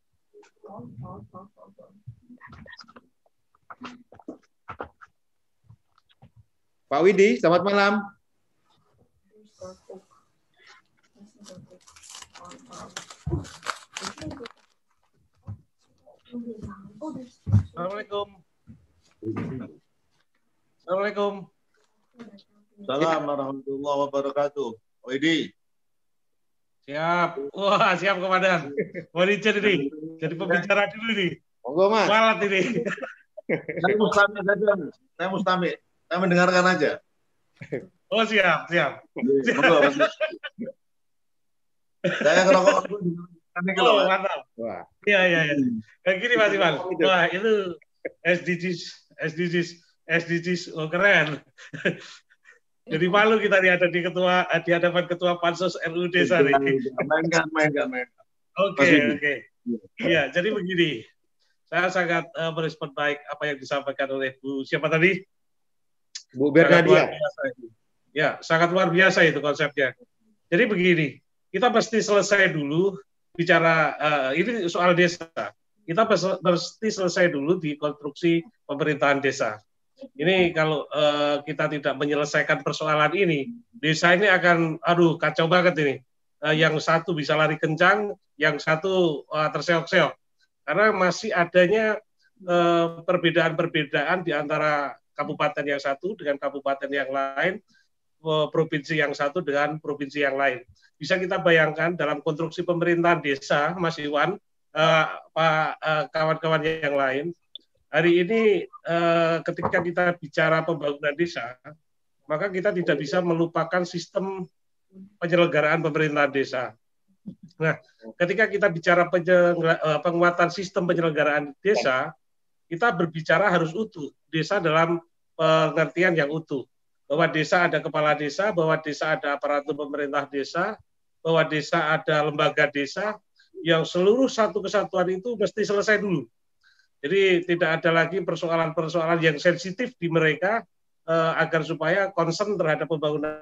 Pak Widi, selamat malam. Assalamualaikum. Assalamualaikum. Assalamualaikum warahmatullahi wabarakatuh. Widi. Siap. Wah, siap Komandan. Mau dicet ini. Jadi pembicara dulu nih. Monggo, Mas. Malat ini. Saya mustami saja. Saya mustami. Saya mendengarkan aja. Oh, siap, siap. Monggo. Saya ngerokok dulu. Oh, mantap. Wah. Iya, iya, iya. Kayak gini Mas Iwan. Wah, itu S D Gs, S D Gs, S D Gs, oh keren. Jadi malu kita nih ada di ketua di hadapan ketua Pansus R U Desa nih. Mainkan, mainkan, mainkan. Oke, oke. Iya, jadi begini. Saya sangat uh, merespon baik apa yang disampaikan oleh Bu siapa tadi? Bu Bernadette. Ya, sangat luar biasa itu konsepnya. Jadi begini, kita mesti selesai dulu bicara uh, ini soal desa. Kita mesti selesai dulu di konstruksi pemerintahan desa. Ini kalau uh, kita tidak menyelesaikan persoalan ini, desa ini akan, aduh kacau banget ini. Uh, yang satu bisa lari kencang, yang satu uh, terseok-seok. Karena masih adanya perbedaan-perbedaan uh, di antara kabupaten yang satu dengan kabupaten yang lain, uh, provinsi yang satu dengan provinsi yang lain. Bisa kita bayangkan dalam konstruksi pemerintahan desa, Mas Iwan, uh, Pak uh, kawan-kawan yang lain, hari ini uh, ketika kita bicara pembangunan desa, maka kita tidak bisa melupakan sistem penyelenggaraan pemerintahan desa. Nah, ketika kita bicara uh, penguatan sistem penyelenggaraan desa, kita berbicara harus utuh. Desa dalam pengertian yang utuh. Bahwa desa ada kepala desa, bahwa desa ada aparatur pemerintah desa, bahwa desa ada lembaga desa, yang seluruh satu kesatuan itu mesti selesai dulu. Jadi tidak ada lagi persoalan-persoalan yang sensitif di mereka eh, agar supaya concern terhadap pembangunan.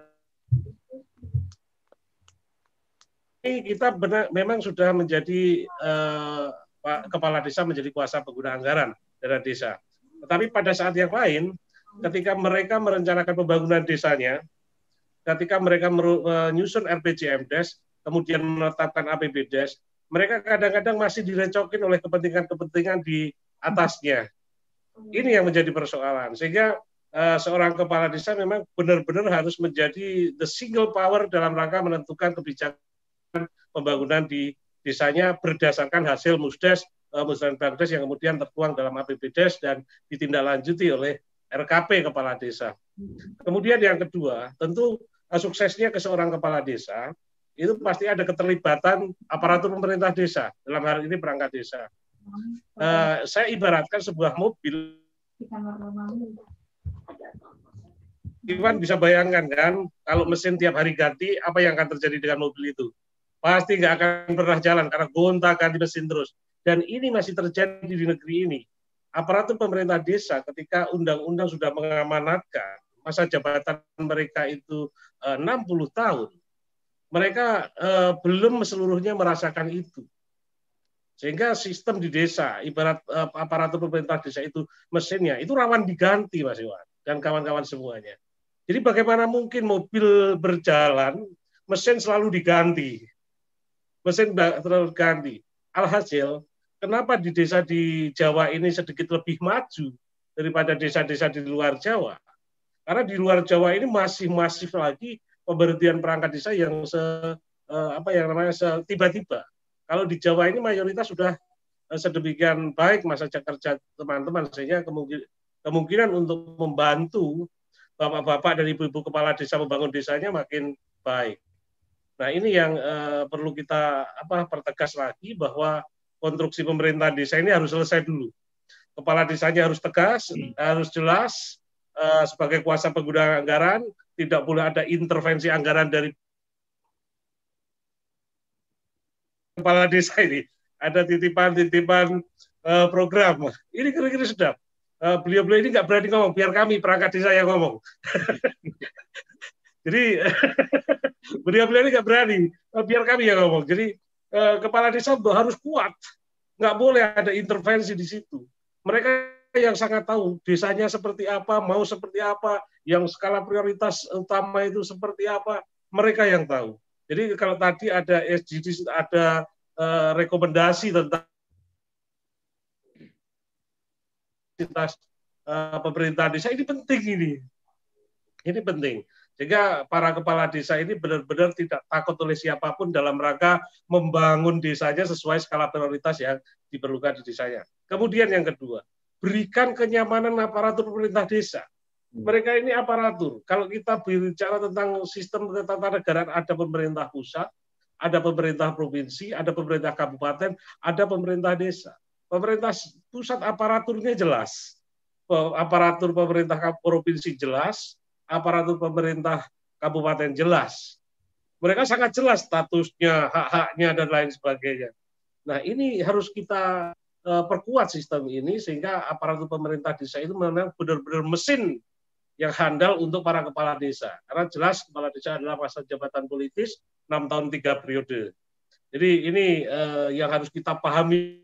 Ini kita benar, memang sudah menjadi eh, Pak Kepala Desa menjadi kuasa pengguna anggaran dana desa. Tetapi pada saat yang lain, ketika mereka merencanakan pembangunan desanya, ketika mereka menyusun R P J M D E S, kemudian menetapkan A P B D E S, mereka kadang-kadang masih direcokin oleh kepentingan-kepentingan di atasnya. Ini yang menjadi persoalan. Sehingga uh, seorang kepala desa memang benar-benar harus menjadi the single power dalam rangka menentukan kebijakan pembangunan di desanya berdasarkan hasil musdes, uh, musren Bangdes yang kemudian tertuang dalam A P B D E S dan ditindaklanjuti oleh R K P kepala desa. Kemudian yang kedua, tentu uh, suksesnya ke seorang kepala desa itu pasti ada keterlibatan aparatur pemerintah desa, dalam hal ini perangkat desa. Uh, saya ibaratkan sebuah mobil. Iwan bisa bayangkan kan, kalau mesin tiap hari ganti, apa yang akan terjadi dengan mobil itu? Pasti nggak akan pernah jalan, karena gonta-ganti mesin terus. Dan ini masih terjadi di negeri ini. Aparatur pemerintah desa ketika undang-undang sudah mengamanatkan masa jabatan mereka itu uh, enam puluh tahun, mereka eh, belum seluruhnya merasakan itu. Sehingga sistem di desa, ibarat eh, aparatur pemerintah desa itu mesinnya, itu rawan diganti Mas Iwan dan kawan-kawan semuanya. Jadi bagaimana mungkin mobil berjalan, mesin selalu diganti. Mesin selalu diganti. Alhasil, kenapa di desa di Jawa ini sedikit lebih maju daripada desa-desa di luar Jawa? Karena di luar Jawa ini masih masif lagi pemberhentian perangkat desa yang se, eh, apa yang namanya tiba-tiba. Kalau di Jawa ini mayoritas sudah eh, sedemikian baik masa kerja teman-teman sehingga kemungkinan, kemungkinan untuk membantu bapak-bapak dan ibu-ibu kepala desa membangun desanya makin baik. Nah ini yang eh, perlu kita apa pertegas lagi bahwa konstruksi pemerintahan desa ini harus selesai dulu. Kepala desanya harus tegas, harus jelas eh, sebagai kuasa pengguna anggaran. Tidak boleh ada intervensi anggaran dari kepala desa ini. Ada titipan-titipan uh, program. Ini kira-kira sedap. Uh, beliau-beliau ini nggak berani ngomong, biar kami perangkat desa yang ngomong. Jadi beliau-beliau ini nggak berani, uh, biar kami yang ngomong. Jadi uh, kepala desa harus kuat. Nggak boleh ada intervensi di situ. Mereka yang sangat tahu desanya seperti apa, mau seperti apa, yang skala prioritas utama itu seperti apa, mereka yang tahu. Jadi kalau tadi ada S D G, ada uh, rekomendasi tentang uh, pemerintah desa, ini penting ini. Ini penting. Sehingga para kepala desa ini benar-benar tidak takut oleh siapapun dalam rangka membangun desanya sesuai skala prioritas yang diperlukan di desanya. Kemudian yang kedua, berikan kenyamanan aparatur pemerintah desa. Mereka ini aparatur. Kalau kita bicara tentang sistem ketatanegaraan, ada pemerintah pusat, ada pemerintah provinsi, ada pemerintah kabupaten, ada pemerintah desa. Pemerintah pusat aparaturnya jelas. Aparatur pemerintah provinsi jelas, aparatur pemerintah kabupaten jelas. Mereka sangat jelas statusnya, hak-haknya, dan lain sebagainya. Nah ini harus kita perkuat sistem ini sehingga aparatur pemerintah desa itu memang benar-benar mesin yang handal untuk para kepala desa. Karena jelas kepala desa adalah masa jabatan politis enam tahun tiga periode. Jadi ini eh, yang harus kita pahami.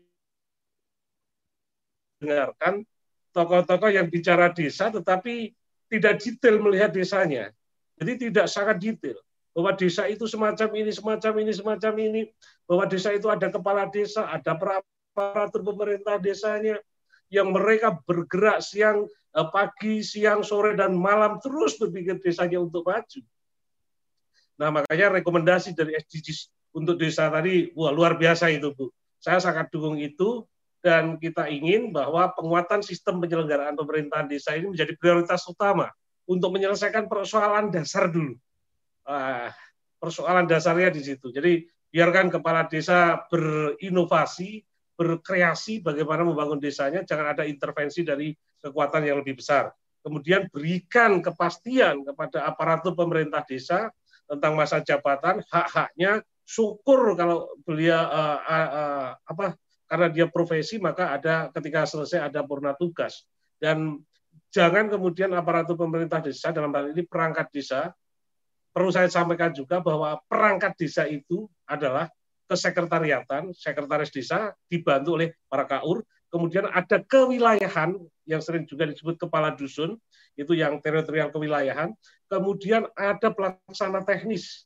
Dengarkan tokoh-tokoh yang bicara desa tetapi tidak detail melihat desanya. Jadi tidak sangat detail. Bahwa desa itu semacam ini, semacam ini, semacam ini. Bahwa desa itu ada kepala desa, ada aparatur pemerintah desanya, yang mereka bergerak siang, pagi, siang, sore, dan malam terus berpikir desanya untuk maju. Nah, makanya rekomendasi dari S D Gs untuk desa tadi, wah luar biasa itu, Bu. Saya sangat dukung itu, dan kita ingin bahwa penguatan sistem penyelenggaraan pemerintahan desa ini menjadi prioritas utama untuk menyelesaikan persoalan dasar dulu. Ah, persoalan dasarnya di situ. Jadi, biarkan kepala desa berinovasi, berkreasi bagaimana membangun desanya, jangan ada intervensi dari kekuatan yang lebih besar. Kemudian berikan kepastian kepada aparatur pemerintah desa tentang masa jabatan, hak-haknya, syukur kalau beliau uh, uh, uh, apa karena dia profesi maka ada ketika selesai ada purna tugas. Dan jangan kemudian aparatur pemerintah desa dalam hal ini perangkat desa, perlu saya sampaikan juga bahwa perangkat desa itu adalah kesekretariatan, sekretaris desa dibantu oleh para K U R, kemudian ada kewilayahan yang sering juga disebut kepala dusun, itu yang teritorial kewilayahan, kemudian ada pelaksana teknis.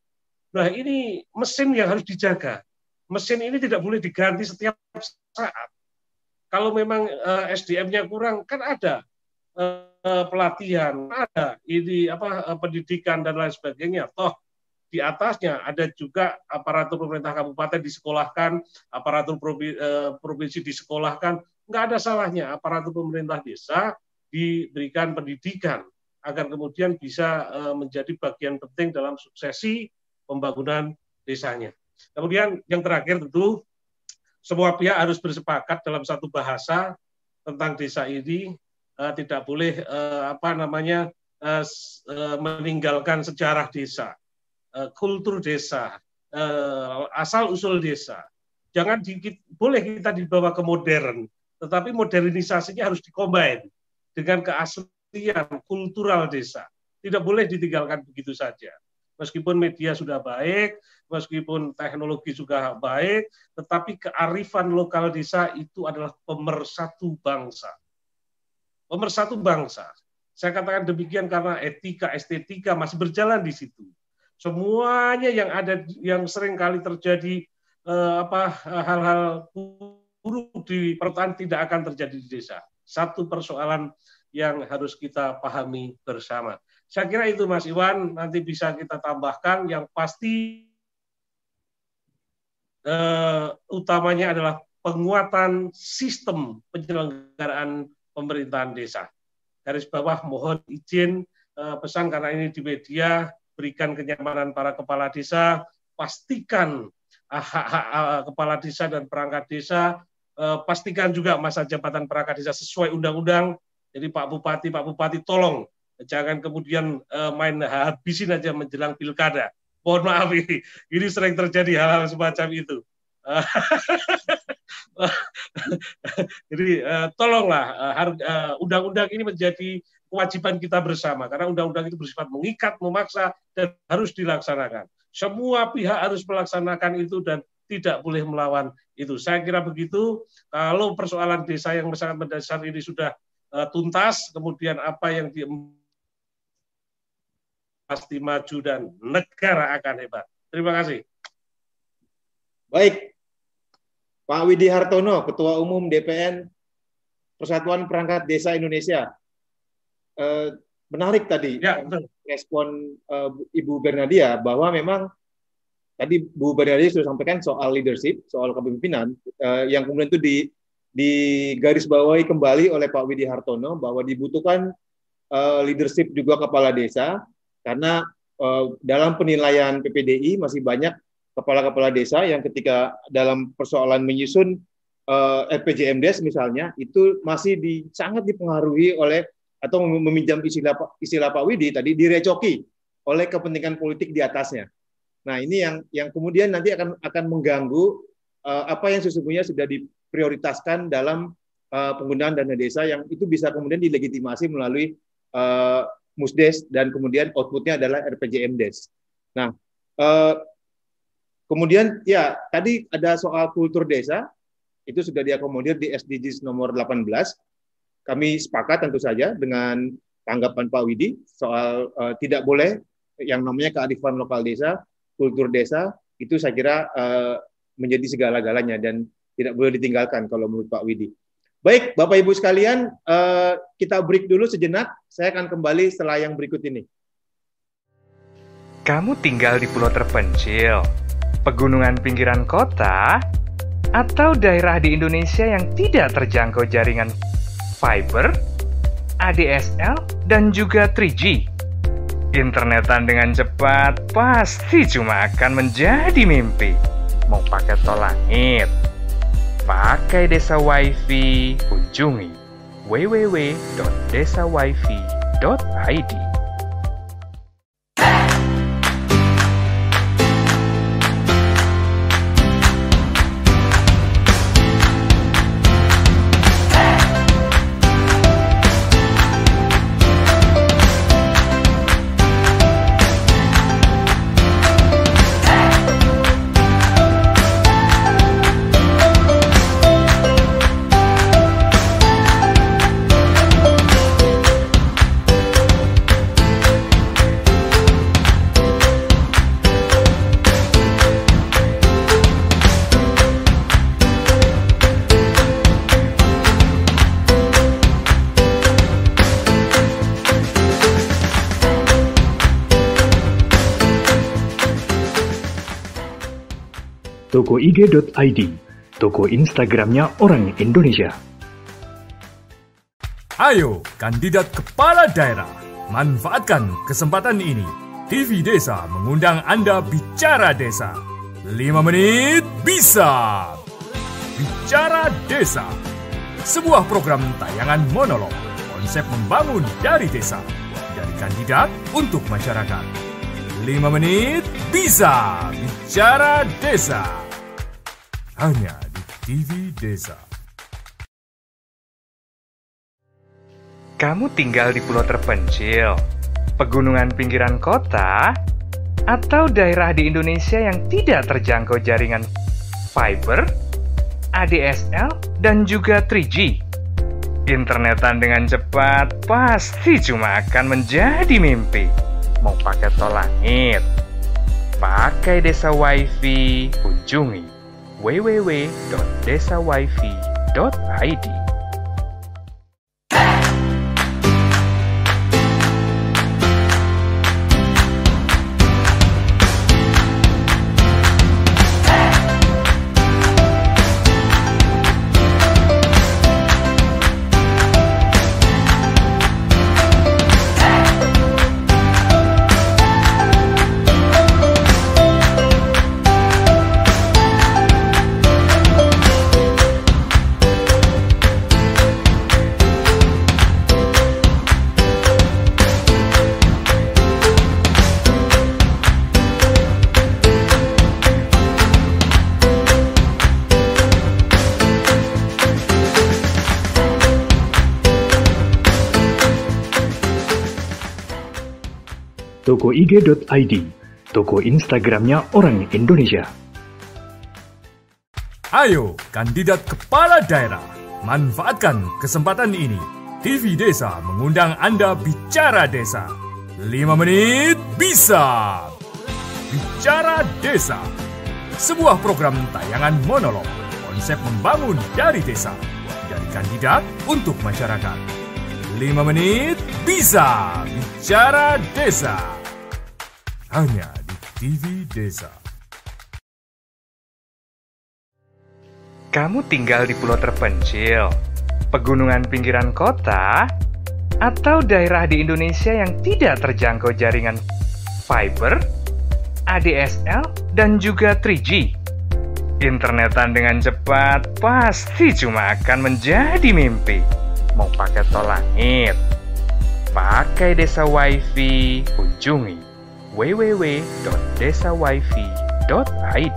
Nah, ini mesin yang harus dijaga. Mesin ini tidak boleh diganti setiap saat. Kalau memang uh, S D M-nya kurang, kan ada uh, pelatihan, ada ini apa uh, pendidikan dan lain sebagainya. Toh di atasnya ada juga aparatur pemerintah kabupaten disekolahkan, aparatur provinsi disekolahkan, nggak ada salahnya aparatur pemerintah desa diberikan pendidikan agar kemudian bisa menjadi bagian penting dalam suksesi pembangunan desanya. Kemudian yang terakhir tentu semua pihak harus bersepakat dalam satu bahasa tentang desa ini, tidak boleh apa namanya meninggalkan sejarah desa, kultur desa, asal-usul desa. Jangan dikit, boleh kita dibawa ke modern, tetapi modernisasinya harus dikombin dengan keaslian kultural desa. Tidak boleh ditinggalkan begitu saja. Meskipun media sudah baik, meskipun teknologi juga baik, tetapi kearifan lokal desa itu adalah pemersatu bangsa. Pemersatu bangsa. Saya katakan demikian karena etika, estetika masih berjalan di situ. Semuanya yang ada, yang sering kali terjadi eh, apa hal-hal buruk di pertanian tidak akan terjadi di desa. Satu persoalan yang harus kita pahami bersama. Saya kira itu Mas Iwan, nanti bisa kita tambahkan. Yang pasti eh, utamanya adalah penguatan sistem penyelenggaraan pemerintahan desa. Garis bawah mohon izin eh, pesan karena ini di media, berikan kenyamanan para kepala desa, pastikan hak-hak kepala desa dan perangkat desa, eh, pastikan juga masa jabatan perangkat desa sesuai undang-undang. Jadi Pak Bupati, Pak Bupati tolong jangan kemudian eh, main habisin aja menjelang pilkada. Mohon maaf ini, ini sering terjadi hal-hal semacam itu. Jadi eh, tolonglah eh, harus, eh, undang-undang ini menjadi kewajiban kita bersama, karena undang-undang itu bersifat mengikat, memaksa, dan harus dilaksanakan. Semua pihak harus melaksanakan itu dan tidak boleh melawan itu. Saya kira begitu. Kalau persoalan desa yang sangat mendasar ini sudah uh, tuntas, kemudian apa yang di pasti maju dan negara akan hebat. Terima kasih. Baik, Pak Widi Hartono, Ketua Umum D P N Persatuan Perangkat Desa Indonesia. Eh, menarik tadi ya, respon eh, Ibu Bernadia bahwa memang tadi Bu Bernadia sudah sampaikan soal leadership, soal kepemimpinan eh, yang kemudian itu di digarisbawahi kembali oleh Pak Widi Hartono bahwa dibutuhkan eh, leadership juga kepala desa karena eh, dalam penilaian P P D I masih banyak kepala-kepala desa yang ketika dalam persoalan menyusun eh, R P J M Des misalnya itu masih di, sangat dipengaruhi oleh atau meminjam istilah, istilah Pak Widi tadi direcoki oleh kepentingan politik di atasnya. Nah ini yang yang kemudian nanti akan akan mengganggu uh, apa yang sesungguhnya sudah diprioritaskan dalam uh, penggunaan dana desa yang itu bisa kemudian dilegitimasi melalui uh, Musdes dan kemudian outputnya adalah R P J M Des. Nah uh, kemudian ya tadi ada soal kultur desa itu sudah diakomodir di S D Gs nomor delapan belas. Kami sepakat tentu saja dengan tanggapan Pak Widi soal uh, tidak boleh yang namanya kearifan lokal desa, kultur desa, itu saya kira uh, menjadi segala-galanya dan tidak boleh ditinggalkan kalau menurut Pak Widi. Baik, Bapak Ibu sekalian, uh, kita break dulu sejenak, saya akan kembali setelah yang berikut ini. Kamu tinggal di pulau terpencil, pegunungan pinggiran kota, atau daerah di Indonesia yang tidak terjangkau jaringan fiber, A D S L, dan juga tiga G. Internetan dengan cepat pasti cuma akan menjadi mimpi. Mau pakai tol langit, pakai Desa Wifi, kunjungi w w w dot desa wifi dot i d. toko i g dot i d, toko Instagramnya orang Indonesia. Ayo, kandidat kepala daerah, manfaatkan kesempatan ini. T V Desa mengundang Anda bicara desa. lima menit bisa. Bicara Desa, sebuah program tayangan monolog, konsep membangun dari desa, dari kandidat untuk masyarakat. lima menit bisa. Bicara Desa, hanya di T V Desa. Kamu tinggal di pulau terpencil, pegunungan pinggiran kota, atau daerah di Indonesia yang tidak terjangkau jaringan fiber, A D S L, dan juga tiga G. Internetan dengan cepat pasti cuma akan menjadi mimpi. Mau pakai tol langit, pakai Desa Wifi, kunjungi w w w dot desa wifi dot i d. toko i g dot i d, toko Instagramnya orang Indonesia. Ayo, kandidat kepala daerah, manfaatkan kesempatan ini. T V Desa mengundang Anda bicara desa. lima menit bisa. Bicara Desa, sebuah program tayangan monolog, konsep membangun dari desa, dari kandidat untuk masyarakat. lima menit bisa. Bicara Desa, hanya di T V Desa. Kamu tinggal di pulau terpencil, pegunungan pinggiran kota, atau daerah di Indonesia yang tidak terjangkau jaringan fiber, A D S L, dan juga tiga G. Internetan dengan cepat pasti cuma akan menjadi mimpi. Mau pakai tol langit, pakai Desa Wifi, kunjungi w w w dot desa wifi dot i d.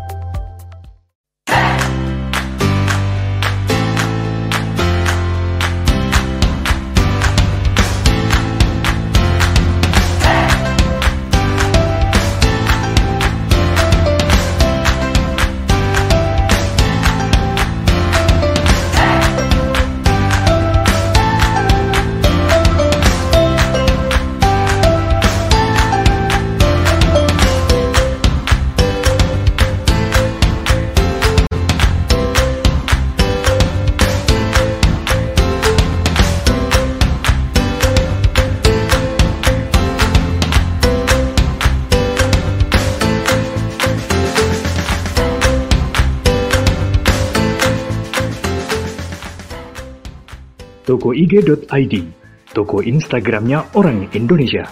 toko i g dot i d, toko Instagramnya orang Indonesia.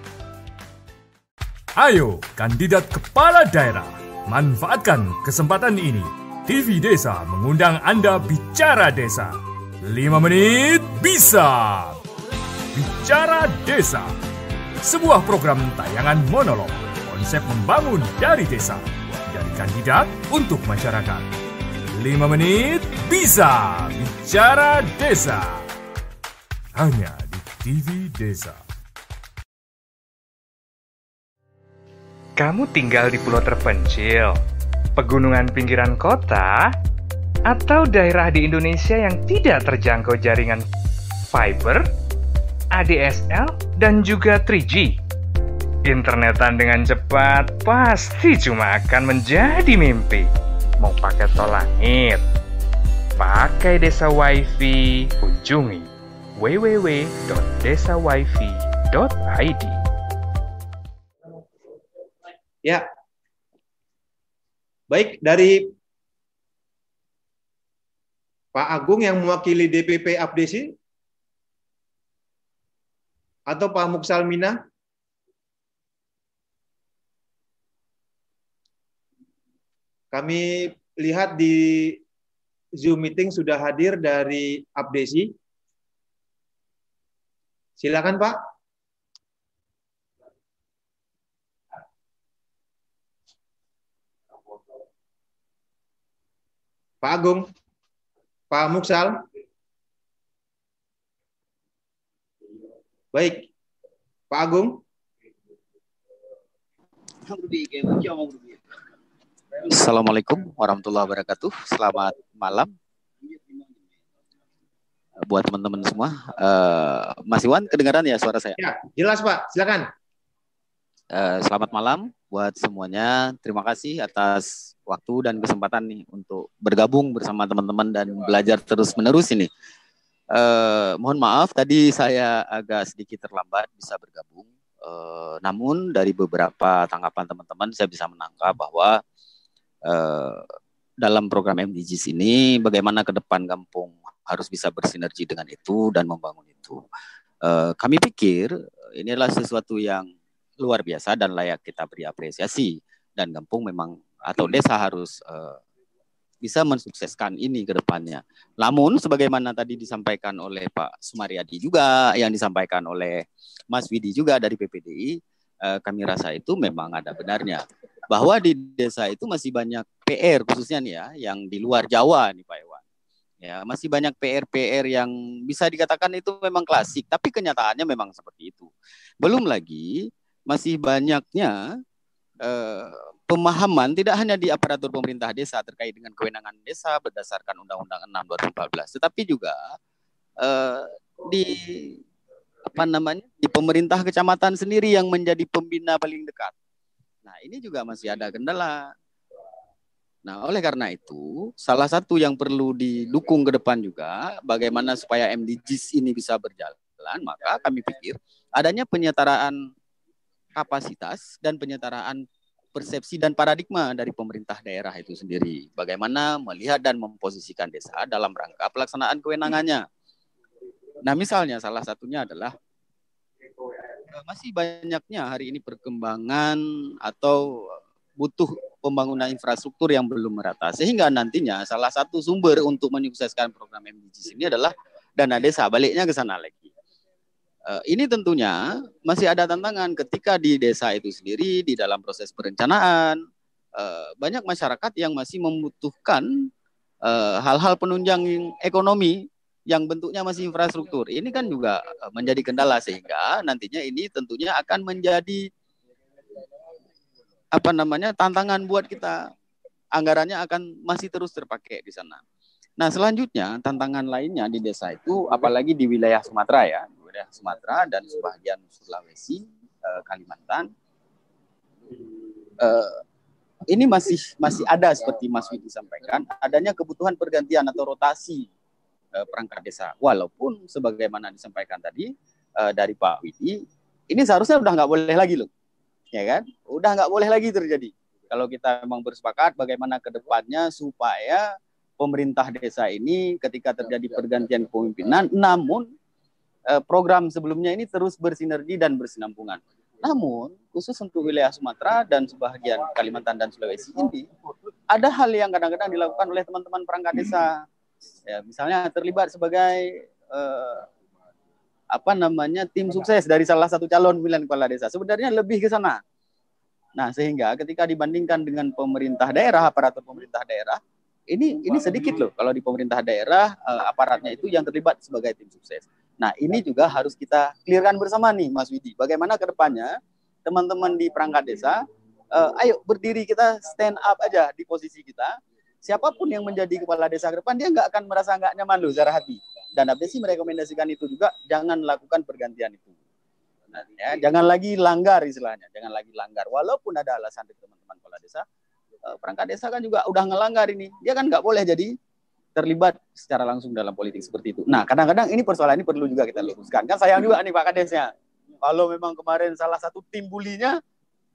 Ayo, kandidat kepala daerah, manfaatkan kesempatan ini. T V Desa mengundang Anda bicara desa. lima menit bisa. Bicara Desa, sebuah program tayangan monolog, konsep membangun dari desa, dari kandidat untuk masyarakat. lima menit bisa. Bicara Desa, hanya di T V Desa. Kamu tinggal di pulau terpencil, pegunungan pinggiran kota, atau daerah di Indonesia yang tidak terjangkau jaringan fiber, A D S L, dan juga tiga G. Internetan dengan cepat pasti cuma akan menjadi mimpi. Mau pakai tol langit, pakai Desa Wifi, kunjungi w w w dot desa wifi dot i d. Ya, Baik, dari Pak Agung yang mewakili D P P Abdesi atau Pak Muksalmina? Kami lihat di Zoom meeting sudah hadir dari Abdesi. Silakan Pak. Pak Agung, Pak Muksal. Baik, Pak Agung. Assalamualaikum warahmatullahi wabarakatuh. Selamat malam buat teman-teman semua. Uh, Mas Iwan, kedengaran ya suara saya? Ya, jelas Pak. Silakan. Uh, selamat malam buat semuanya. Terima kasih atas waktu dan kesempatan nih untuk bergabung bersama teman-teman dan belajar terus-menerus ini. Uh, mohon maaf tadi saya agak sedikit terlambat bisa bergabung. Uh, namun dari beberapa tanggapan teman-teman saya bisa menangkap bahwa uh, dalam program M D Gs ini bagaimana ke depan kampung harus bisa bersinergi dengan itu dan membangun itu. Uh, kami pikir ini adalah sesuatu yang luar biasa dan layak kita beri apresiasi, dan kampung memang atau desa harus uh, bisa mensukseskan ini ke depannya. Namun sebagaimana tadi disampaikan oleh Pak Sumaryadi juga, yang disampaikan oleh Mas Widi juga dari P P D I, uh, kami rasa itu memang ada benarnya. Bahwa di desa itu masih banyak P R khususnya nih ya, yang di luar Jawa nih Pak Iwan. Ya, masih banyak P R-P R yang bisa dikatakan itu memang klasik, tapi kenyataannya memang seperti itu. Belum lagi masih banyaknya eh, pemahaman tidak hanya di aparatur pemerintah desa terkait dengan kewenangan desa berdasarkan Undang-Undang enam dua ribu empat belas, tetapi juga eh, di apa namanya di pemerintah kecamatan sendiri yang menjadi pembina paling dekat. Nah, ini juga masih ada kendala. Nah, oleh karena itu, salah satu yang perlu didukung ke depan juga bagaimana supaya M D Gs ini bisa berjalan, maka kami pikir adanya penyetaraan kapasitas dan penyetaraan persepsi dan paradigma dari pemerintah daerah itu sendiri. Bagaimana melihat dan memposisikan desa dalam rangka pelaksanaan kewenangannya. Nah, misalnya salah satunya adalah masih banyaknya hari ini perkembangan atau butuh pembangunan infrastruktur yang belum merata. Sehingga nantinya salah satu sumber untuk menyukseskan program M D Gs ini adalah dana desa, baliknya ke sana lagi. Ini tentunya masih ada tantangan ketika di desa itu sendiri, di dalam proses perencanaan, banyak masyarakat yang masih membutuhkan hal-hal penunjang ekonomi yang bentuknya masih infrastruktur. Ini kan juga menjadi kendala, sehingga nantinya ini tentunya akan menjadi apa namanya tantangan buat kita. Anggarannya akan masih terus terpakai di sana. Nah, selanjutnya tantangan lainnya di desa itu, apalagi di wilayah Sumatera ya, wilayah Sumatera dan sebagian Sulawesi, eh, Kalimantan, eh, ini masih masih ada seperti Mas Widi sampaikan, adanya kebutuhan pergantian atau rotasi eh, perangkat desa. Walaupun sebagaimana disampaikan tadi eh, dari Pak Widi, ini seharusnya udah nggak boleh lagi loh, ya kan? Udah nggak boleh lagi terjadi. Kalau kita memang bersepakat bagaimana ke depannya supaya pemerintah desa ini ketika terjadi pergantian kepemimpinan, namun eh, program sebelumnya ini terus bersinergi dan bersinambungan. Namun khusus untuk wilayah Sumatera dan sebagian Kalimantan dan Sulawesi ini, ada hal yang kadang-kadang dilakukan oleh teman-teman perangkat desa. Ya, misalnya terlibat sebagai eh, apa namanya tim sukses dari salah satu calon pemilihan kepala desa. Sebenarnya lebih ke sana. Nah, sehingga ketika dibandingkan dengan pemerintah daerah, aparatur pemerintah daerah, ini ini sedikit loh kalau di pemerintah daerah eh, aparatnya itu yang terlibat sebagai tim sukses. Nah, ini juga harus kita clearkan bersama nih Mas Widi. Bagaimana ke depannya teman-teman di perangkat desa, eh, ayo berdiri kita stand up aja di posisi kita. Siapapun yang menjadi kepala desa ke depan, dia nggak akan merasa nggak nyaman loh secara hati. Dan Abdesi merekomendasikan itu juga, jangan lakukan pergantian itu. Nah, ya, jangan lagi langgar istilahnya, jangan lagi langgar. Walaupun ada alasan dari teman-teman kepala desa, perangkat desa kan juga udah ngelanggar ini. Dia kan nggak boleh jadi terlibat secara langsung dalam politik seperti itu. Nah, kadang-kadang ini persoalan ini perlu juga kita luruskan. Kan sayang juga nih Pak Kadesnya. Kalau memang kemarin salah satu tim bulinya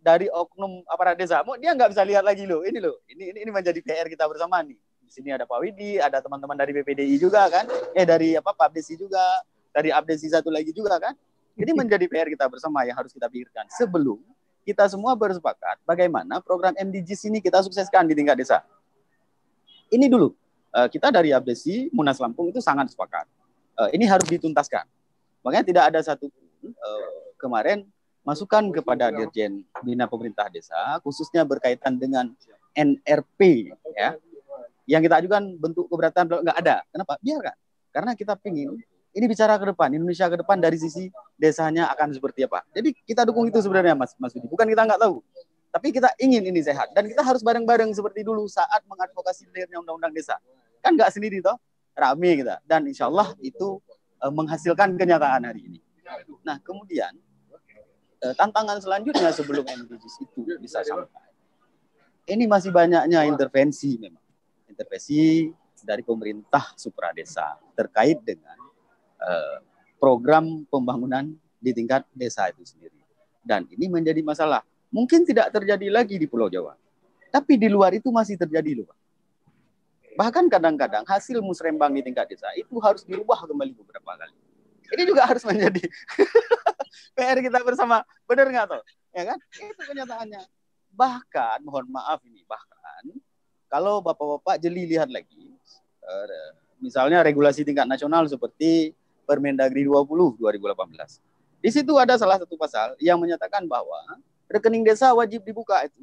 dari oknum aparat desa, dia nggak bisa lihat lagi loh. Ini loh, ini, ini ini menjadi P R kita bersama nih. Di sini ada Pak Widi, ada teman-teman dari B P D I juga kan, eh dari apa Pak Abdesi juga, dari Abdesi satu lagi juga kan. Ini menjadi P R kita bersama yang harus kita pikirkan sebelum kita semua bersepakat bagaimana program M D Gs ini kita sukseskan di tingkat desa. Ini dulu kita dari Abdesi, Munas Lampung itu sangat sepakat. Ini harus dituntaskan. Makanya tidak ada satu kemarin masukan kepada Dirjen Bina Pemerintah Desa, khususnya berkaitan dengan N R P, ya, yang kita ajukan bentuk keberatan nggak ada. Kenapa? Biarkan. Karena kita pingin ini bicara ke depan, Indonesia ke depan dari sisi desanya akan seperti apa. Jadi kita dukung itu sebenarnya, Mas Mas Budi. Bukan kita nggak tahu, tapi kita ingin ini sehat dan kita harus bareng-bareng seperti dulu saat mengadvokasi lahirnya Undang-Undang Desa. Kan nggak sendiri toh, rame kita. Dan insya Allah itu uh, menghasilkan kenyataan hari ini. Nah kemudian tantangan selanjutnya sebelum M D Gs itu bisa sampai, ini masih banyaknya intervensi memang, intervensi dari pemerintah supra desa terkait dengan uh, program pembangunan di tingkat desa itu sendiri. Dan ini menjadi masalah. Mungkin tidak terjadi lagi di Pulau Jawa, tapi di luar itu masih terjadi loh. Bahkan kadang-kadang hasil musrembang di tingkat desa itu harus dirubah kembali beberapa kali. Ini juga harus menjadi P R kita bersama, benar nggak toh? Ya kan? Itu kenyataannya. Bahkan, mohon maaf ini, bahkan kalau bapak-bapak jeli lihat lagi, misalnya regulasi tingkat nasional seperti Permendagri dua puluh dua ribu delapan belas. Di situ ada salah satu pasal yang menyatakan bahwa rekening desa wajib dibuka itu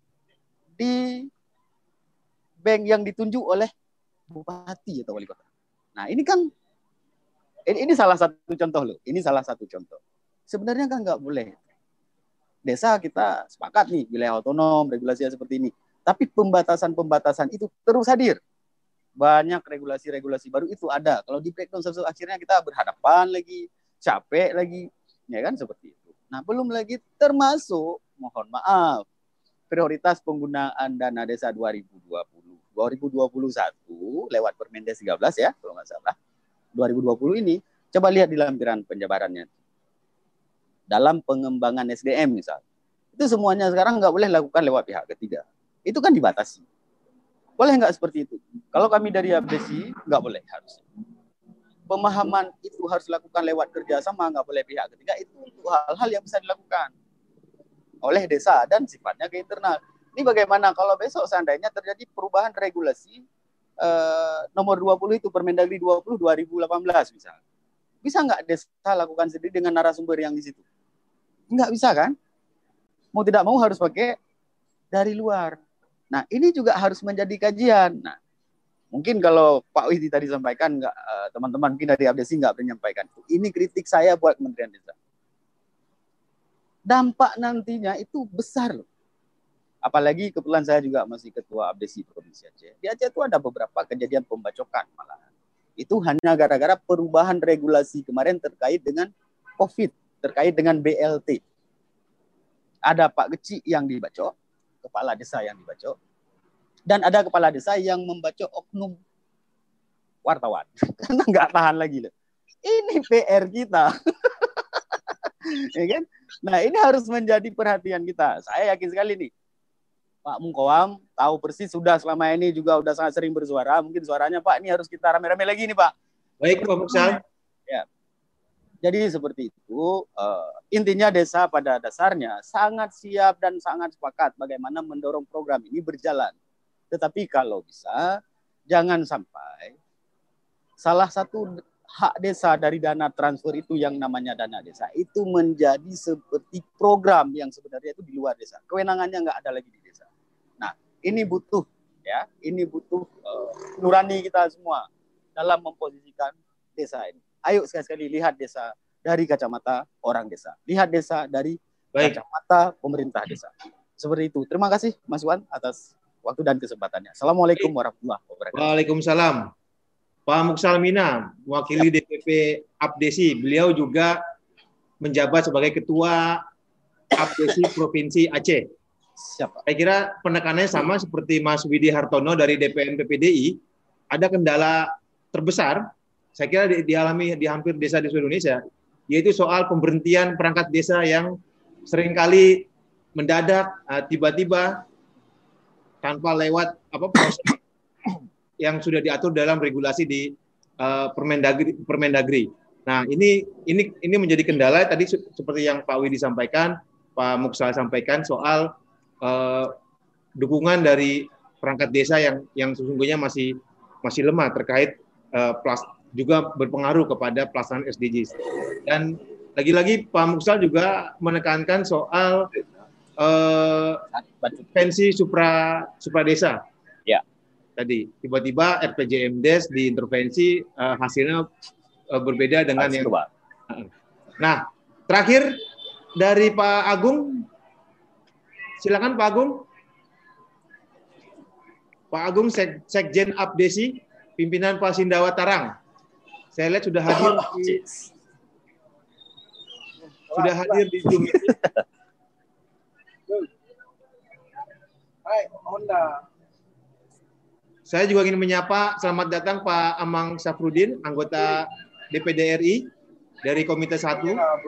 di bank yang ditunjuk oleh bupati atau wali kota. Nah ini kan Ini, ini salah satu contoh loh. Ini salah satu contoh. Sebenarnya kan nggak boleh. Desa kita sepakat nih, wilayah otonom, regulasinya seperti ini. Tapi pembatasan-pembatasan itu terus hadir. Banyak regulasi-regulasi baru itu ada. Kalau di breakdown akhirnya kita berhadapan lagi, capek lagi, ya kan seperti itu. Nah belum lagi termasuk, mohon maaf, prioritas penggunaan dana desa dua ribu dua puluh. dua ribu dua puluh satu lewat Permendes tiga belas ya, kalau nggak salah. dua ribu dua puluh ini, coba lihat di lampiran penjabarannya. Dalam pengembangan S D M misal, itu semuanya sekarang nggak boleh lakukan lewat pihak ketiga. Itu kan dibatasi. Boleh nggak seperti itu? Kalau kami dari Abdesi, nggak boleh harusnya. Pemahaman itu harus dilakukan lewat kerjasama, nggak boleh pihak ketiga. Itu untuk hal-hal yang bisa dilakukan oleh desa dan sifatnya ke internal. Ini bagaimana kalau besok seandainya terjadi perubahan regulasi Uh, nomor dua puluh itu Permendagri dua puluh dua ribu delapan belas misalnya. Bisa nggak desa lakukan sendiri dengan narasumber yang di situ? Nggak bisa kan? Mau tidak mau harus pakai dari luar. Nah ini juga harus menjadi kajian. Nah mungkin kalau Pak Widi tadi sampaikan, nggak uh, teman-teman mungkin dari Abdesi nggak menyampaikan. Ini kritik saya buat Kementerian Desa. Dampak nantinya itu besar loh. Apalagi kebetulan saya juga masih ketua Abdesi Provinsi Aceh. Di Aceh itu ada beberapa kejadian pembacokan malahan. Itu hanya gara-gara perubahan regulasi kemarin terkait dengan COVID, terkait dengan B L T. Ada Pak Geci yang dibacok, kepala desa yang dibacok, dan ada kepala desa yang membacok oknum wartawan. Karena nggak tahan lagi loh. Ini P R kita. Ya kan? Nah ini harus menjadi perhatian kita. Saya yakin sekali nih. Pak Mungkowam tahu persis sudah selama ini juga udah sangat sering bersuara. Mungkin suaranya Pak ini harus kita rame-rame lagi nih Pak. Baik Pak Muksal. Ya. Jadi seperti itu. Uh, intinya desa pada dasarnya sangat siap dan sangat sepakat bagaimana mendorong program ini berjalan. Tetapi kalau bisa jangan sampai salah satu hak desa dari dana transfer itu yang namanya dana desa itu menjadi seperti program yang sebenarnya itu di luar desa. Kewenangannya nggak ada lagi di desa. Nah, ini butuh ya, ini butuh uh, nurani kita semua dalam memposisikan desa ini. Ayo sekali-sekali lihat desa dari kacamata orang desa. Lihat desa dari Baik. kacamata pemerintah desa. Seperti itu. Terima kasih Mas Wan atas waktu dan kesempatannya. Assalamualaikum warahmatullahi wabarakatuh. Waalaikumsalam. Pak Muksal Mina, mewakili D P P Abdesi. Beliau juga menjabat sebagai Ketua Abdesi Provinsi Aceh. Siapa? Saya kira penekanannya sama seperti Mas Widi Hartono dari D P M P P D I. Ada kendala terbesar, saya kira di, dialami di hampir desa di seluruh Indonesia, yaitu soal pemberhentian perangkat desa yang seringkali mendadak uh, tiba-tiba tanpa lewat apa proses yang sudah diatur dalam regulasi di uh, Permendagri, Permendagri. Nah, ini ini ini menjadi kendala tadi seperti yang Pak Widi sampaikan, Pak Muksal sampaikan soal uh, dukungan dari perangkat desa yang yang sesungguhnya masih masih lemah terkait uh, plus, juga berpengaruh kepada pelaksanaan S D Gs. Dan lagi-lagi Pak Muksal juga menekankan soal uh, pensi supra supra desa. Ya. Tadi tiba-tiba R P J M D E S diintervensi uh, hasilnya uh, berbeda dengan yang. Nah, terakhir dari Pak Agung, silakan Pak Agung. Pak Agung, Sek Sekjen Abdesi, pimpinan Pasindawa Tarang. Saya lihat sudah hadir di, sudah hadir di Zoom. Saya juga ingin menyapa, selamat datang Pak Amang Safrudin, anggota D P D R I dari Komite satu.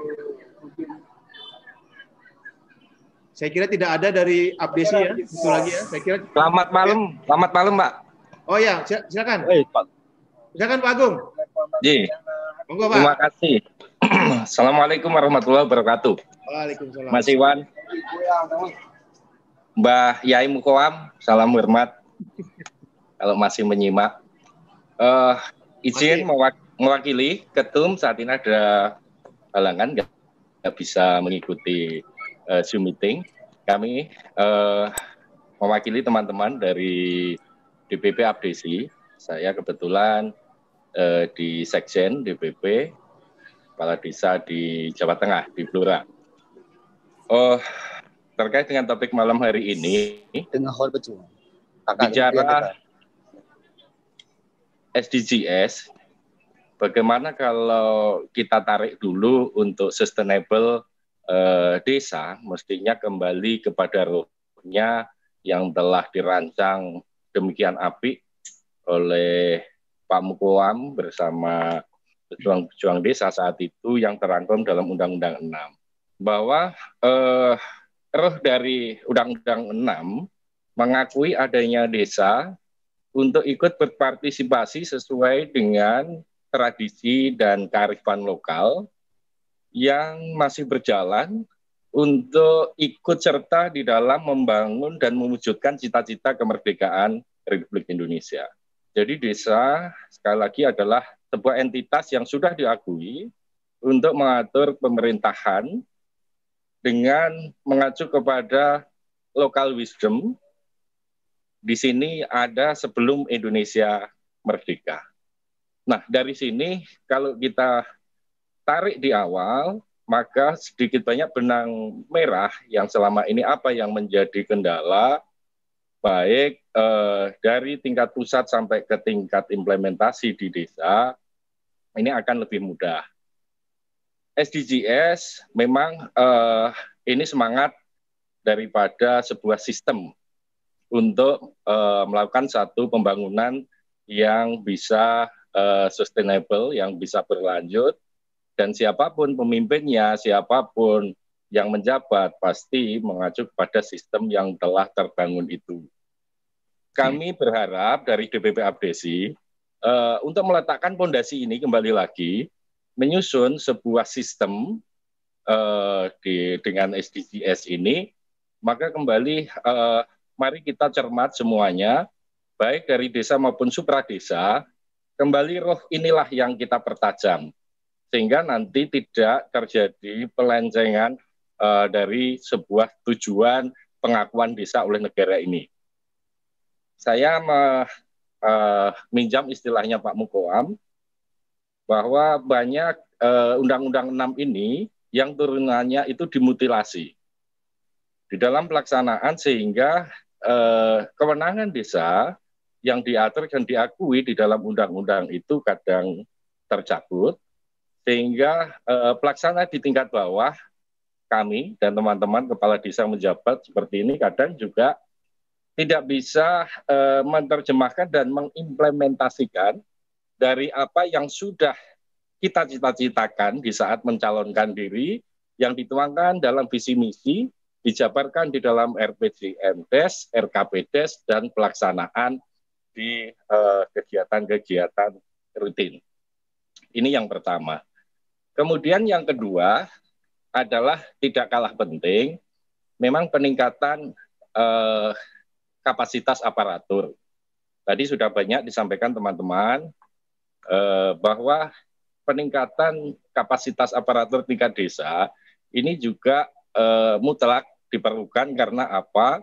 Saya kira tidak ada dari Abdesi ya, itu lagi ya. Saya kira. Selamat malam, selamat malam Pak. Oh ya, silakan. Hey, Pak. Silakan Pak Agung. Ji. Monggo, Pak. Terima kasih. Assalamualaikum warahmatullahi wabarakatuh. Waalaikumsalam. Mas Iwan, Mbah Yai Mukoam, salam hormat. Kalau masih menyimak, uh, izin mewak mewakili ketum saat ini ada halangan nggak nggak bisa mengikuti uh, Zoom meeting. Kami uh, mewakili teman-teman dari D P P Abdesi. Saya kebetulan uh, di Sekjen D P P Kepala Desa di Jawa Tengah di Blora. Oh, terkait dengan topik malam hari ini, bicara S D Gs, bagaimana kalau kita tarik dulu untuk sustainable eh, desa, mestinya kembali kepada rohnya yang telah dirancang demikian apik oleh Pak Mukoam bersama pejuang-pejuang desa saat itu yang terangkum dalam Undang-Undang enam. Bahwa eh, roh dari Undang-Undang enam mengakui adanya desa untuk ikut berpartisipasi sesuai dengan tradisi dan kearifan lokal yang masih berjalan untuk ikut serta di dalam membangun dan mewujudkan cita-cita kemerdekaan Republik Indonesia. Jadi desa sekali lagi adalah sebuah entitas yang sudah diakui untuk mengatur pemerintahan dengan mengacu kepada local wisdom. Di sini ada sebelum Indonesia merdeka. Nah, dari sini kalau kita tarik di awal, maka sedikit banyak benang merah yang selama ini apa yang menjadi kendala, baik eh, dari tingkat pusat sampai ke tingkat implementasi di desa, ini akan lebih mudah. S D Gs memang eh, ini semangat daripada sebuah sistem untuk uh, melakukan satu pembangunan yang bisa uh, sustainable, yang bisa berlanjut, dan siapapun pemimpinnya, siapapun yang menjabat, pasti mengacu kepada sistem yang telah terbangun itu. Kami berharap dari D P P Abdesi, uh, untuk meletakkan fondasi ini kembali lagi, menyusun sebuah sistem uh, di, dengan S D Gs ini, maka kembali uh, mari kita cermat semuanya, baik dari desa maupun supradesa, kembali roh inilah yang kita pertajam. Sehingga nanti tidak terjadi pelencengan uh, dari sebuah tujuan pengakuan desa oleh negara ini. Saya me, uh, minjam istilahnya Pak Mukoam, bahwa banyak uh, Undang-Undang enam ini yang turunannya itu dimutilasi di dalam pelaksanaan, sehingga Eh, kewenangan desa yang diatur dan diakui di dalam undang-undang itu kadang tercabut, sehingga eh, pelaksana di tingkat bawah kami dan teman-teman kepala desa menjabat seperti ini kadang juga tidak bisa eh, menerjemahkan dan mengimplementasikan dari apa yang sudah kita cita-citakan di saat mencalonkan diri yang dituangkan dalam visi misi dijabarkan di dalam R P J M Des, R K P Des, dan pelaksanaan di kegiatan-kegiatan uh, rutin. Ini yang pertama. Kemudian yang kedua adalah tidak kalah penting, memang peningkatan uh, kapasitas aparatur. Tadi sudah banyak disampaikan teman-teman uh, bahwa peningkatan kapasitas aparatur tingkat desa ini juga uh, mutlak diperlukan karena apa?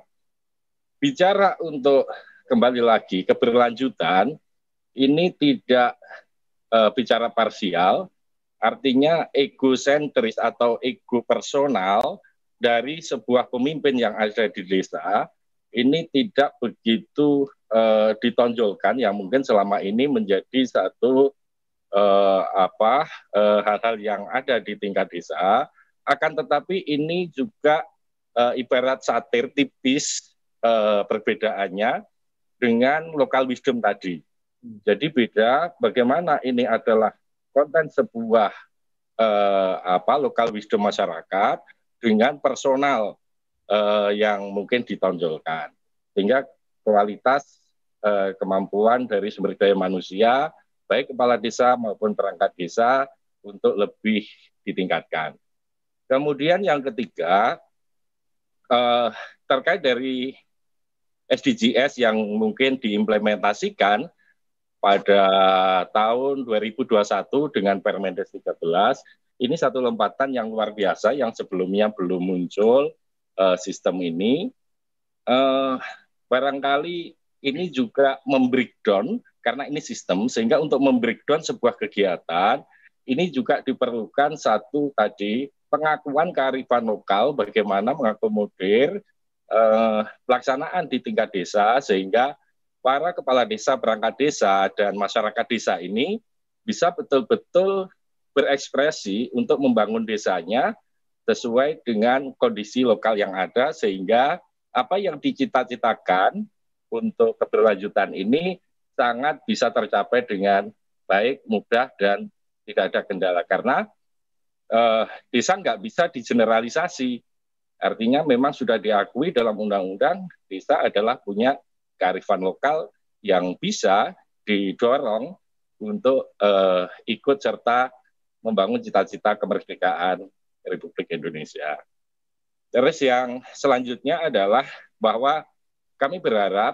Bicara untuk kembali lagi keberlanjutan, ini tidak uh, bicara parsial, artinya egosentris atau ego personal dari sebuah pemimpin yang ada di desa, ini tidak begitu uh, ditonjolkan, yang mungkin selama ini menjadi satu uh, apa uh, hal-hal yang ada di tingkat desa, akan tetapi ini juga uh, ibarat satir tipis uh, perbedaannya dengan local wisdom tadi. Jadi beda bagaimana ini adalah konten sebuah eh, apa local wisdom masyarakat dengan personal eh, yang mungkin ditonjolkan. Sehingga kualitas eh, kemampuan dari sumber daya manusia baik kepala desa maupun perangkat desa untuk lebih ditingkatkan. Kemudian yang ketiga eh, terkait dari S D Gs yang mungkin diimplementasikan pada tahun dua ribu dua puluh satu dengan Permendes tiga belas, ini satu lompatan yang luar biasa yang sebelumnya belum muncul uh, sistem ini. Uh, barangkali ini juga membreakdown, karena ini sistem, sehingga untuk membreakdown sebuah kegiatan, ini juga diperlukan satu tadi, pengakuan kearifan lokal, bagaimana mengakomodir Uh, pelaksanaan di tingkat desa sehingga para kepala desa, perangkat desa, dan masyarakat desa ini bisa betul-betul berekspresi untuk membangun desanya sesuai dengan kondisi lokal yang ada sehingga apa yang dicita-citakan untuk keberlanjutan ini sangat bisa tercapai dengan baik, mudah, dan tidak ada kendala karena uh, desa nggak bisa digeneralisasi. Artinya memang sudah diakui dalam undang-undang desa adalah punya kearifan lokal yang bisa didorong untuk uh, ikut serta membangun cita-cita kemerdekaan Republik Indonesia. Terus yang selanjutnya adalah bahwa kami berharap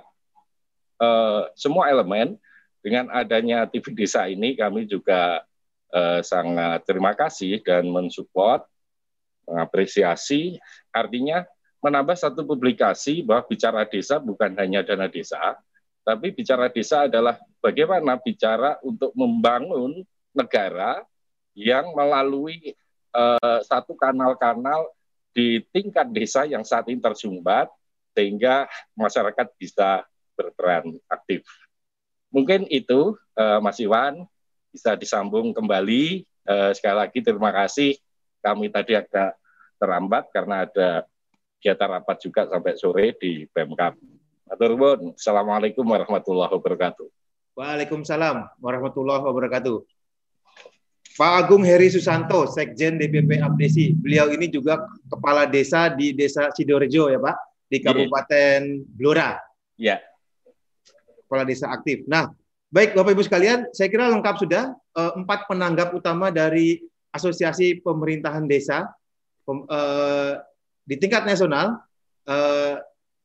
uh, semua elemen dengan adanya T V Desa ini kami juga uh, sangat terima kasih dan mensupport, mengapresiasi, artinya menambah satu publikasi bahwa bicara desa bukan hanya dana desa, tapi bicara desa adalah bagaimana bicara untuk membangun negara yang melalui uh, satu kanal-kanal di tingkat desa yang saat ini tersumbat, sehingga masyarakat bisa berperan aktif. Mungkin itu, uh, Mas Iwan, bisa disambung kembali. Uh, sekali lagi terima kasih. Kami tadi agak terlambat karena ada kegiatan rapat juga sampai sore di Pemkab. Matur nuwun. Assalamualaikum warahmatullahi wabarakatuh. Waalaikumsalam warahmatullahi wabarakatuh. Pak Agung Heri Susanto, Sekjen D P P Abdesi. Beliau ini juga kepala desa di Desa Sidorejo ya Pak, di Kabupaten Blora. Ya. Kepala desa aktif. Nah, baik Bapak Ibu sekalian, saya kira lengkap sudah eh, empat penanggap utama dari Asosiasi Pemerintahan Desa pem, eh, di tingkat nasional. Eh,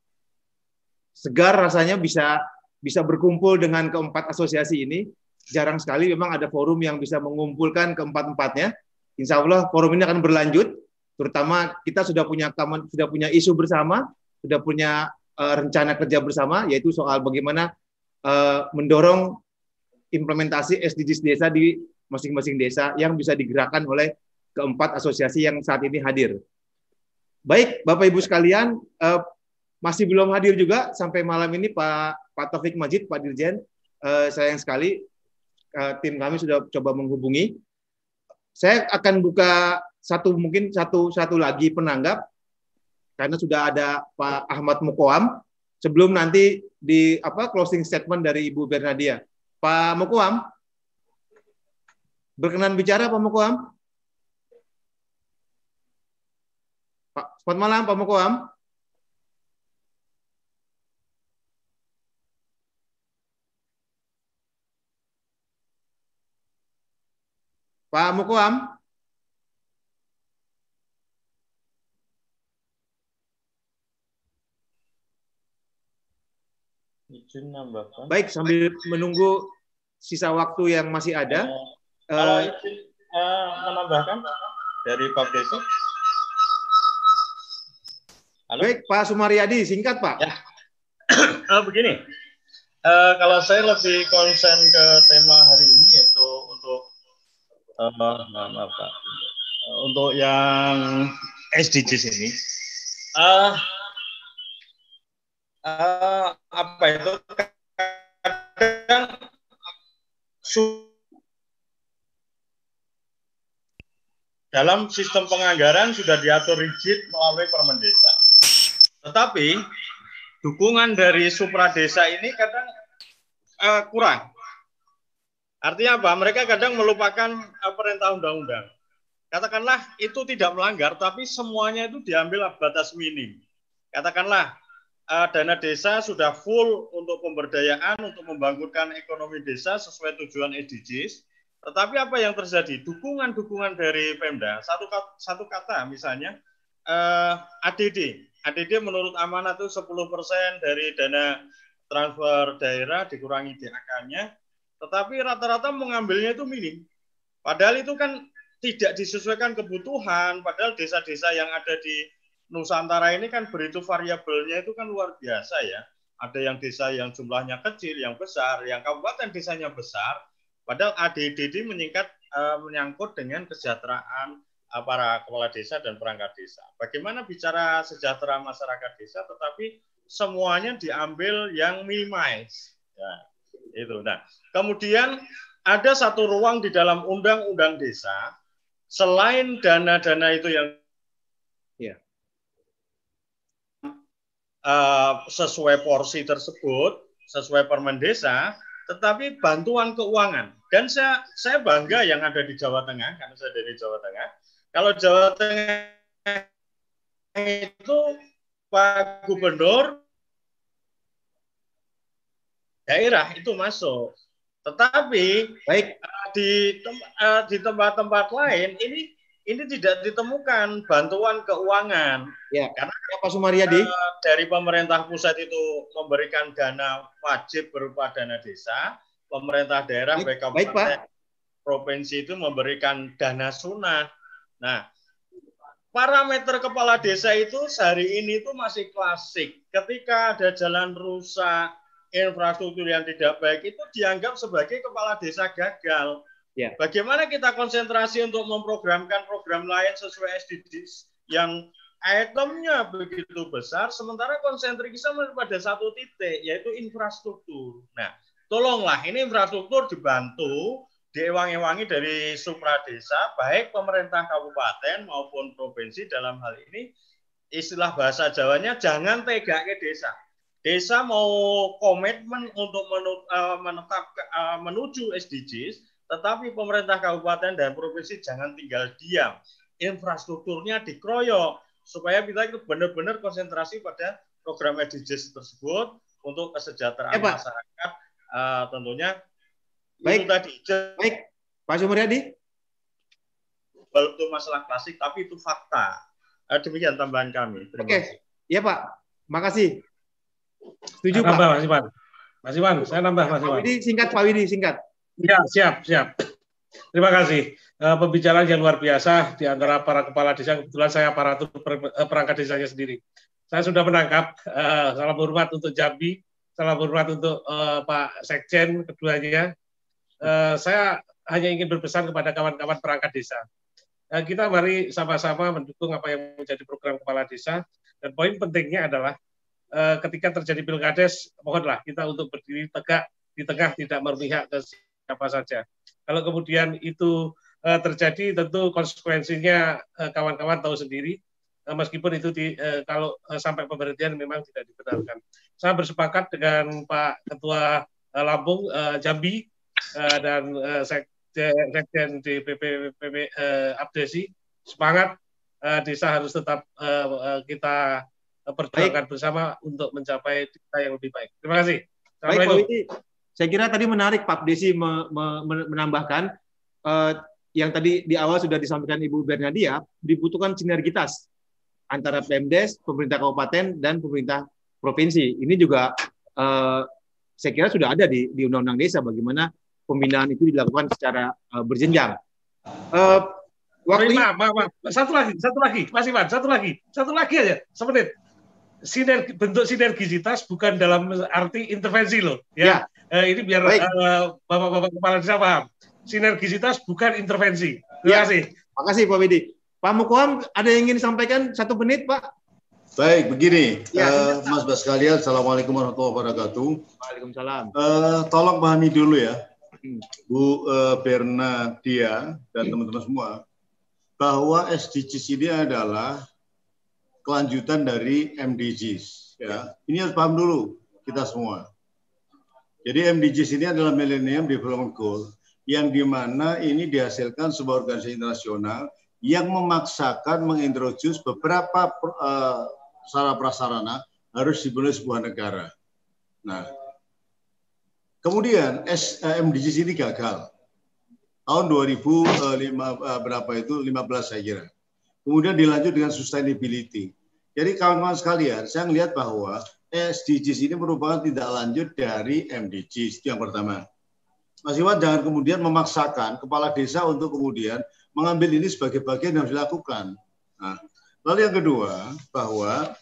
segar rasanya bisa bisa berkumpul dengan keempat asosiasi ini. Jarang sekali memang ada forum yang bisa mengumpulkan keempat-empatnya. Insya Allah forum ini akan berlanjut. Terutama kita sudah punya sudah punya isu bersama, sudah punya uh, rencana kerja bersama, yaitu soal bagaimana uh, mendorong implementasi S D Gs desa di masing-masing desa yang bisa digerakkan oleh keempat asosiasi yang saat ini hadir. Baik, Bapak Ibu sekalian, uh, masih belum hadir juga sampai malam ini Pak Pak Taufik Majid, Pak Dirjen. Uh, sayang sekali uh, tim kami sudah coba menghubungi. Saya akan buka satu mungkin satu satu lagi penanggap karena sudah ada Pak Ahmad Mukoam. Sebelum nanti di apa closing statement dari Ibu Bernadia. Pak Mukoam, berkenan bicara Pak Mukoam? Pak, selamat malam Pak Mukoam. Pak Mukoam. Izin nambahkan. Baik, sambil menunggu sisa waktu yang masih ada. Uh, kalau uh, izin uh, menambahkan dari Pak Desi. Halo? Baik, Pak Sumaryadi, singkat Pak. Ya. uh, begini, uh, kalau saya lebih konsen ke tema hari ini yaitu untuk uh, maaf Pak, uh, untuk yang S D Gs ini. Uh, Uh, apa itu kadang dalam sistem penganggaran sudah diatur rigid melalui Permen Desa. Tetapi dukungan dari supra desa ini kadang uh, kurang. Artinya apa? Mereka kadang melupakan uh, perintah undang-undang. Katakanlah itu tidak melanggar, tapi semuanya itu diambil batas minim. Katakanlah Uh, dana desa sudah full untuk pemberdayaan, untuk membangunkan ekonomi desa sesuai tujuan S D Gs. Tetapi apa yang terjadi? Dukungan-dukungan dari Pemda, satu, satu kata misalnya, uh, A D D. A D D menurut amanat itu sepuluh persen dari dana transfer daerah dikurangi D A K-nya, tetapi rata-rata mengambilnya itu minim. Padahal itu kan tidak disesuaikan kebutuhan, padahal desa-desa yang ada di Nusantara ini kan berhitung variabelnya itu kan luar biasa ya. Ada yang desa yang jumlahnya kecil, yang besar, yang kabupaten desanya besar. Padahal A D D ini meningkat uh, menyangkut dengan kesejahteraan uh, para kepala desa dan perangkat desa. Bagaimana bicara sejahtera masyarakat desa, tetapi semuanya diambil yang minimize. Ya, itu. Nah, kemudian ada satu ruang di dalam undang-undang desa, selain dana-dana itu yang ya. Uh, sesuai porsi tersebut, sesuai Permen Desa, tetapi bantuan keuangan. Dan saya saya bangga yang ada di Jawa Tengah, karena saya dari Jawa Tengah. Kalau Jawa Tengah itu Pak Gubernur daerah itu masuk. Tetapi baik uh, di uh, di tempat-tempat lain ini ini tidak ditemukan bantuan keuangan. Ya, karena Pak Sumaryadi uh, dari pemerintah pusat itu memberikan dana wajib berupa dana desa, pemerintah daerah baik, baik kabupaten, provinsi itu memberikan dana sunah. Nah, parameter kepala desa itu sehari ini itu masih klasik. Ketika ada jalan rusak, infrastruktur yang tidak baik itu dianggap sebagai kepala desa gagal. Ya. Bagaimana kita konsentrasi untuk memprogramkan program lain sesuai S D Gs yang itemnya begitu besar, sementara konsentrasi kita pada satu titik, yaitu infrastruktur. Nah, tolonglah ini infrastruktur dibantu, diewang-ewangi dari supra desa, baik pemerintah kabupaten maupun provinsi dalam hal ini, istilah bahasa Jawanya jangan tega ke desa. Desa mau komitmen untuk menetapkan menuju S D Gs, tetapi pemerintah kabupaten dan provinsi jangan tinggal diam. Infrastrukturnya dikeroyok supaya kita itu benar-benar konsentrasi pada program S D Gs tersebut untuk kesejahteraan eh, masyarakat. Uh, tentunya baik, itu tadi. Baik, Pak Sumaryadi. Itu masalah klasik, tapi itu fakta. Uh, demikian tambahan kami. Terima Oke, kasih. Iya Pak. Makasih. Setuju Pak. Pak. Mas Iwan. Mas Iwan, saya nambah Mas Iwan. Pak Widi, singkat Pak Widi, singkat. Ya, siap, siap. Terima kasih. Uh, pembicaraan yang luar biasa di antara para kepala desa. Kebetulan saya aparatur perangkat desanya sendiri. Saya sudah menangkap. Uh, salam hormat untuk Jambi, salam hormat untuk uh, Pak Sekjen keduanya. Uh, saya hanya ingin berpesan kepada kawan-kawan perangkat desa. Uh, kita mari sama-sama mendukung apa yang menjadi program kepala desa. Dan poin pentingnya adalah uh, ketika terjadi pilkades, mohonlah kita untuk berdiri tegak di tengah, tidak berpihak ke siapa saja. Kalau kemudian itu uh, terjadi, tentu konsekuensinya kawan-kawan uh, tahu sendiri, uh, meskipun itu di, uh, kalau uh, sampai pemberhentian memang tidak dibenarkan. Saya bersepakat dengan Pak Ketua uh, Lampung, uh, Jambi, uh, dan uh, Sekjen di P P P P uh, Abdesi, semangat, uh, desa harus tetap uh, uh, kita perjuangkan baik. bersama untuk mencapai desa yang lebih baik. Terima kasih. Baik, Pak Widi. Saya kira tadi menarik Pak Desi me, me, menambahkan uh, yang tadi di awal sudah disampaikan Ibu Bernadia, dibutuhkan sinergitas antara Pemdes, pemerintah kabupaten, dan pemerintah provinsi. Ini juga uh, saya kira sudah ada di, di Undang-Undang Desa bagaimana pembinaan itu dilakukan secara uh, berjenjang. Uh, waktu maaf, maaf, maaf. Satu lagi, satu lagi, Mas Iwan, satu lagi, satu lagi aja, semenit. Sinergi, bentuk sinergisitas bukan dalam arti intervensi loh, ya. ya. Uh, ini biar uh, bapak-bapak kepala desa paham. Sinergisitas bukan intervensi. Terima ya. kasih. Terima kasih Pak Widi. Pak Mukwam, ada yang ingin disampaikan satu menit, Pak? Baik, begini, ya, uh, Mas Bas sekalian, Assalamualaikum warahmatullahi wabarakatuh. Waalaikumsalam. Uh, tolong pahami dulu ya, Bu uh, Bernadia dan teman-teman semua, bahwa S D Gs ini adalah kelanjutan dari M D Gs. Ya, ini harus paham dulu kita semua. Jadi M D Gs ini adalah Millennium Development Goal, yang dimana ini dihasilkan sebuah organisasi internasional yang memaksakan mengintroduce beberapa uh, sarana prasarana harus dipenuhi sebuah negara. Nah, kemudian S, uh, M D Gs ini gagal tahun dua ribu lima uh, berapa itu lima belas saya kira. Kemudian dilanjut dengan sustainability. Jadi kawan-kawan sekalian, saya melihat bahwa S D Gs ini merupakan tindak lanjut dari M D Gs, itu yang pertama. Mas Iwan jangan kemudian memaksakan kepala desa untuk kemudian mengambil ini sebagai bagian yang harus dilakukan. Nah, lalu yang kedua, bahwa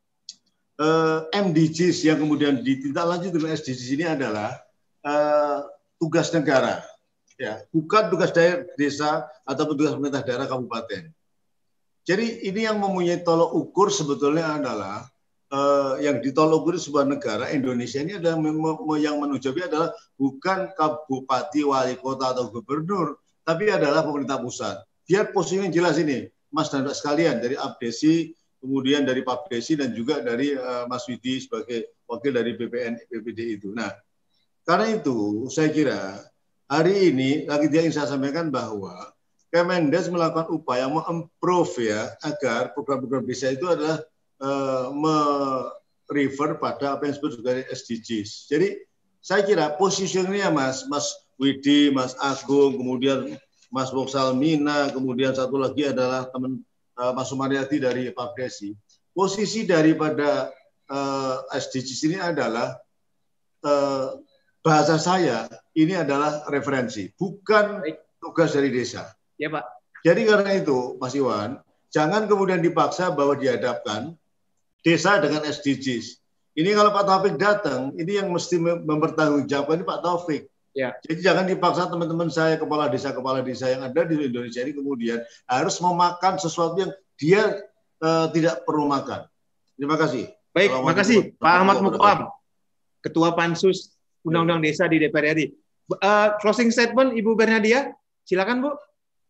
eh, M D Gs yang kemudian ditindaklanjuti dengan S D Gs ini adalah eh, tugas negara, ya, bukan tugas daerah desa atau tugas pemerintah daerah kabupaten. Jadi ini yang mempunyai tolok ukur sebetulnya adalah Uh, yang ditolak ukur sebuah negara Indonesia ini adalah yang menujubi adalah bukan kabupati, wali kota atau gubernur, tapi adalah pemerintah pusat. Biar posisinya jelas ini, Mas dan Mbak sekalian, dari Abdesi, kemudian dari Pak Desi dan juga dari uh, Mas Widi sebagai wakil dari B P N B P D itu. Nah, karena itu saya kira hari ini lagi dia ingin saya sampaikan bahwa Kemendes melakukan upaya mengimprove ya agar program-program desa itu adalah Uh, merefer pada apa yang disebut sebagai S D Gs. Jadi saya kira positionnya Mas, Mas Widi, Mas Agung, kemudian Mas Boksalmina, kemudian satu lagi adalah teman uh, Mas Sumaryati dari Pak Desi. Posisi daripada uh, S D Gs ini adalah uh, bahasa saya ini adalah referensi, bukan tugas dari desa. Ya Pak. Jadi karena itu Mas Iwan, jangan kemudian dipaksa bahwa dihadapkan desa dengan S D Gs. Ini kalau Pak Taufik datang, ini yang mesti mempertanggungjawabkan ini Pak Taufik. Ya. Jadi jangan dipaksa teman-teman saya, kepala desa-kepala desa yang ada di Indonesia ini kemudian harus memakan sesuatu yang dia uh, tidak perlu makan. Terima kasih. Baik, terima kasih Pak Ahmad Mukwam, Ketua Pansus Undang-Undang Desa di D P R R I. Uh, closing statement Ibu Bernadia, silakan Bu.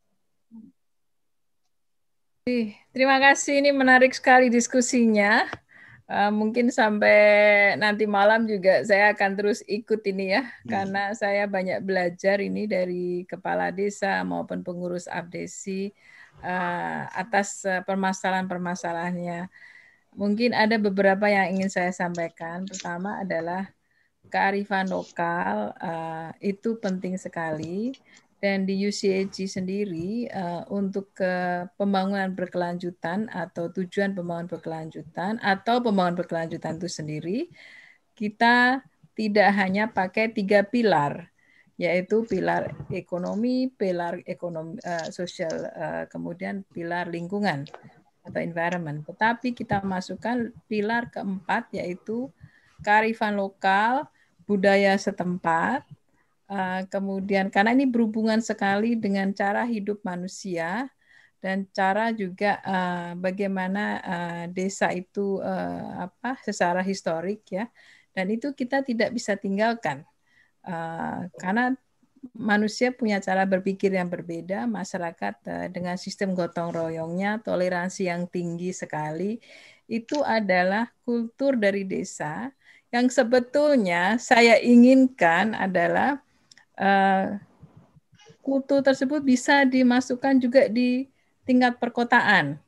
Terima kasih, ini menarik sekali diskusinya. Uh, mungkin sampai nanti malam juga saya akan terus ikut ini ya, hmm. karena saya banyak belajar ini dari kepala desa maupun pengurus Abdesi uh, atas uh, permasalahan-permasalahannya. Mungkin ada beberapa yang ingin saya sampaikan. Pertama adalah kearifan lokal uh, itu penting sekali. Dan di U C A G sendiri uh, untuk ke pembangunan berkelanjutan atau tujuan pembangunan berkelanjutan atau pembangunan berkelanjutan itu sendiri, kita tidak hanya pakai tiga pilar, yaitu pilar ekonomi, pilar ekonomi uh, sosial, uh, kemudian pilar lingkungan atau environment. Tetapi kita masukkan pilar keempat, yaitu kearifan lokal, budaya setempat. Uh, kemudian karena ini berhubungan sekali dengan cara hidup manusia dan cara juga uh, bagaimana uh, desa itu uh, apa secara historik ya, dan itu kita tidak bisa tinggalkan uh, karena manusia punya cara berpikir yang berbeda, masyarakat uh, dengan sistem gotong royongnya, toleransi yang tinggi sekali, itu adalah kultur dari desa yang sebetulnya saya inginkan adalah Uh, kultur tersebut bisa dimasukkan juga di tingkat perkotaan.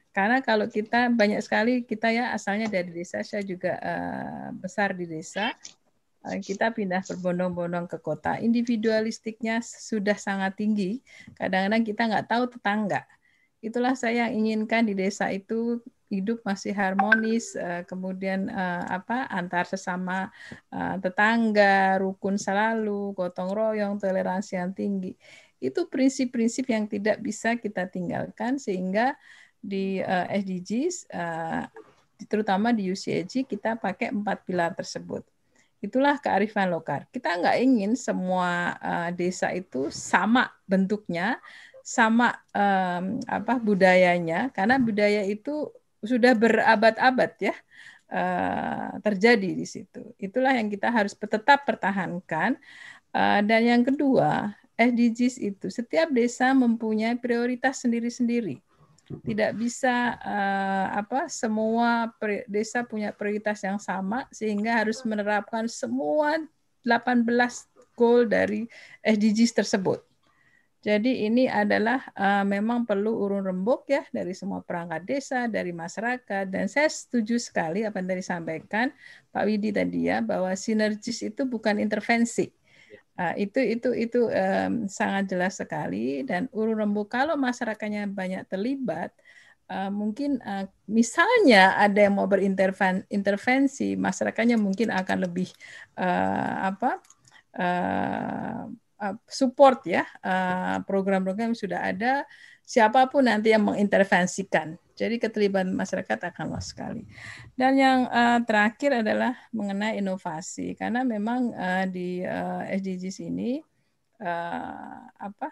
Karena kalau kita banyak sekali kita ya asalnya dari desa, saya juga uh, besar di desa, uh, kita pindah berbondong-bondong ke kota. Individualistiknya sudah sangat tinggi. Kadang-kadang kita nggak tahu tetangga. Itulah saya inginkan di desa itu hidup masih harmonis, uh, kemudian uh, apa antar sesama uh, tetangga, rukun selalu, gotong royong, toleransi yang tinggi. Itu prinsip-prinsip yang tidak bisa kita tinggalkan sehingga di uh, S D Gs, uh, terutama di U C A G, kita pakai empat pilar tersebut. Itulah kearifan lokal. Kita nggak ingin semua uh, desa itu sama bentuknya, sama um, apa budayanya, karena budaya itu sudah berabad-abad ya uh, terjadi di situ. Itulah yang kita harus tetap pertahankan. Uh, dan yang kedua, S D Gs itu setiap desa mempunyai prioritas sendiri-sendiri. Tidak bisa uh, apa semua desa punya prioritas yang sama sehingga harus menerapkan semua delapan belas goal dari S D Gs tersebut. Jadi ini adalah uh, memang perlu urun rembuk ya dari semua perangkat desa, dari masyarakat, dan saya setuju sekali apa yang tadi disampaikan Pak Widi tadi ya, bahwa sinergis itu bukan intervensi. Uh, itu itu itu um, sangat jelas sekali, dan urun rembuk kalau masyarakatnya banyak terlibat, uh, mungkin uh, misalnya ada yang mau berintervensi, masyarakatnya mungkin akan lebih uh, apa uh, uh, support ya uh, program-program yang sudah ada, siapapun nanti yang mengintervensikan. Jadi keterlibatan masyarakat akan luas sekali. Dan yang uh, terakhir adalah mengenai inovasi, karena memang uh, di uh, S D Gs ini uh, apa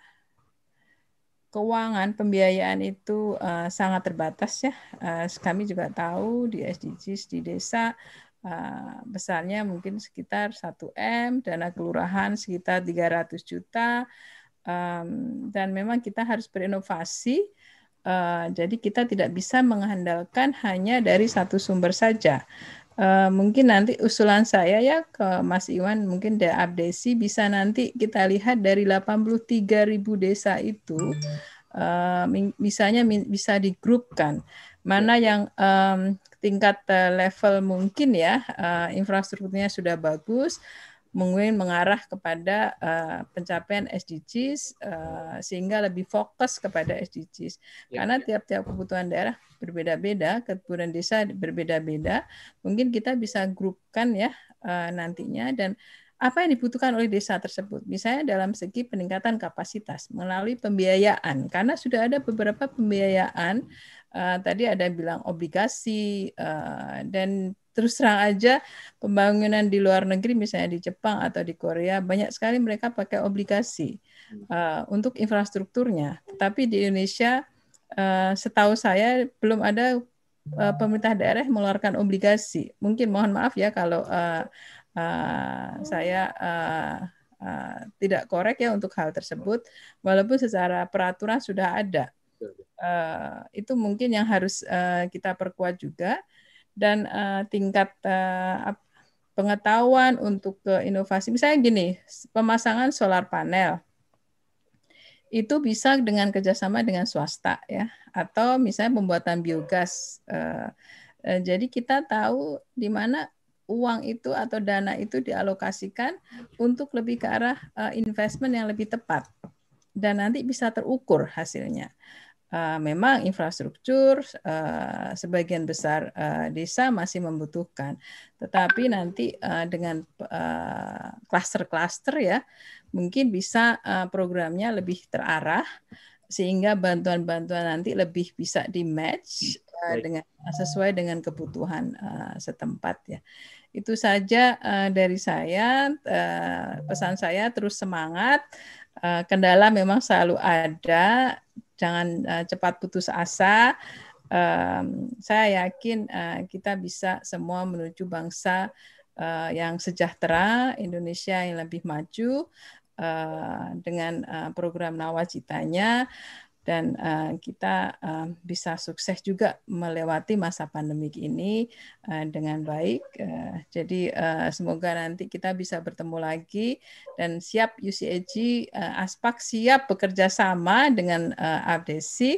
keuangan pembiayaan itu uh, sangat terbatas ya. Uh, kami juga tahu di S D Gs di desa uh, besarnya mungkin sekitar satu M, dana kelurahan sekitar tiga ratus juta, um, dan memang kita harus berinovasi. Uh, jadi kita tidak bisa mengandalkan hanya dari satu sumber saja. Uh, mungkin nanti usulan saya ya ke Mas Iwan, mungkin dari Abdesi bisa nanti kita lihat dari delapan puluh tiga ribu desa itu, uh, misalnya bisa digrupkan mana yang um, tingkat uh, level mungkin ya uh, infrastrukturnya sudah bagus, mungkin mengarah kepada uh, pencapaian S D Gs uh, sehingga lebih fokus kepada S D Gs. Ya. Karena tiap-tiap kebutuhan daerah berbeda-beda, kebutuhan desa berbeda-beda. Mungkin kita bisa grupkan ya uh, nantinya, dan apa yang dibutuhkan oleh desa tersebut. Misalnya dalam segi peningkatan kapasitas melalui pembiayaan, karena sudah ada beberapa pembiayaan. Uh, tadi ada yang bilang obligasi uh, dan terus terang aja pembangunan di luar negeri misalnya di Jepang atau di Korea banyak sekali mereka pakai obligasi uh, untuk infrastrukturnya. Tapi di Indonesia uh, setahu saya belum ada uh, pemerintah daerah mengeluarkan obligasi. Mungkin mohon maaf ya kalau uh, uh, saya uh, uh, tidak korek ya untuk hal tersebut. Walaupun secara peraturan sudah ada. Uh, itu mungkin yang harus uh, kita perkuat juga. Dan uh, tingkat uh, pengetahuan untuk ke inovasi, misalnya gini, pemasangan solar panel itu bisa dengan kerjasama dengan swasta ya, atau misalnya pembuatan biogas. Uh, uh, jadi kita tahu di mana uang itu atau dana itu dialokasikan untuk lebih ke arah uh, investment yang lebih tepat dan nanti bisa terukur hasilnya. Uh, memang infrastruktur uh, sebagian besar uh, desa masih membutuhkan, tetapi nanti uh, dengan klaster-klaster uh, ya mungkin bisa uh, programnya lebih terarah sehingga bantuan-bantuan nanti lebih bisa di match uh, dengan sesuai dengan kebutuhan uh, setempat ya. Itu saja uh, dari saya. Uh, pesan saya terus semangat. Uh, kendala memang selalu ada. Jangan uh, cepat putus asa. Um, saya yakin uh, kita bisa semua menuju bangsa uh, yang sejahtera, Indonesia yang lebih maju uh, dengan uh, program nawacitanya, dan uh, kita uh, bisa sukses juga melewati masa pandemik ini uh, dengan baik. Uh, jadi uh, semoga nanti kita bisa bertemu lagi dan siap U C A G uh, Aspak siap bekerja sama dengan uh, Abdesi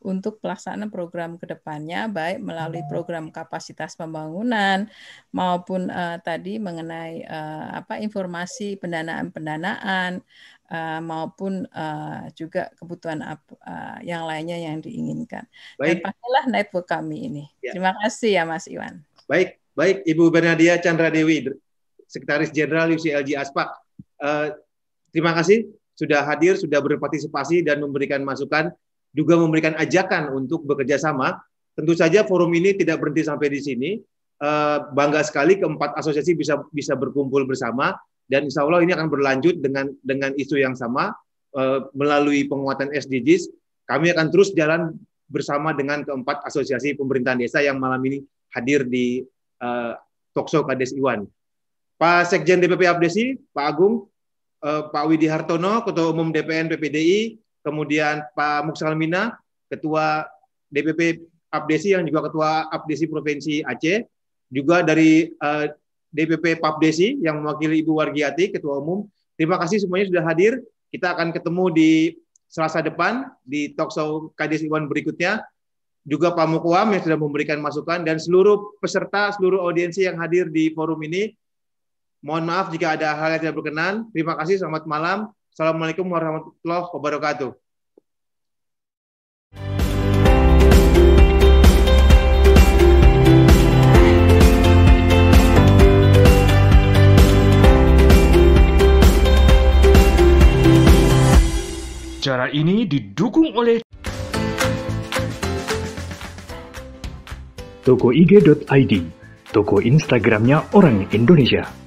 untuk pelaksanaan program ke depannya, baik melalui program kapasitas pembangunan maupun uh, tadi mengenai uh, apa informasi pendanaan-pendanaan uh, maupun uh, juga kebutuhan uh, yang lainnya yang diinginkan. Baik. Dan pakailah network kami ini. Ya. Terima kasih ya Mas Iwan. Baik, baik Ibu Bernadia Chandra Dewi, Sekretaris Jenderal U C L G Aspak. Uh, terima kasih sudah hadir, sudah berpartisipasi dan memberikan masukan, juga memberikan ajakan untuk bekerja sama. Tentu saja forum ini tidak berhenti sampai di sini. Uh, bangga sekali keempat asosiasi bisa bisa berkumpul bersama, dan insya Allah ini akan berlanjut dengan dengan isu yang sama uh, melalui penguatan S D Gs. Kami akan terus jalan bersama dengan keempat asosiasi pemerintahan desa yang malam ini hadir di uh, Talkshow Kades Iwan. Pak Sekjen D P P Abdesi, Pak Agung, uh, Pak Widi Hartono, Ketua Umum D P N P P D I, kemudian Pak Muksalmina, Ketua D P P Abdesi yang juga Ketua Abdesi Provinsi Aceh, juga dari uh, D P P Papdesi yang mewakili Ibu Wargiati, Ketua Umum. Terima kasih semuanya sudah hadir. Kita akan ketemu di Selasa depan di Talkshow Kades Iwan berikutnya. Juga Pak Mukwam yang sudah memberikan masukan, dan seluruh peserta, seluruh audiensi yang hadir di forum ini. Mohon maaf jika ada hal yang tidak berkenan. Terima kasih, selamat malam. Assalamualaikum warahmatullahi wabarakatuh. Acara ini didukung oleh toko I G dot I D, toko Instagramnya orang Indonesia.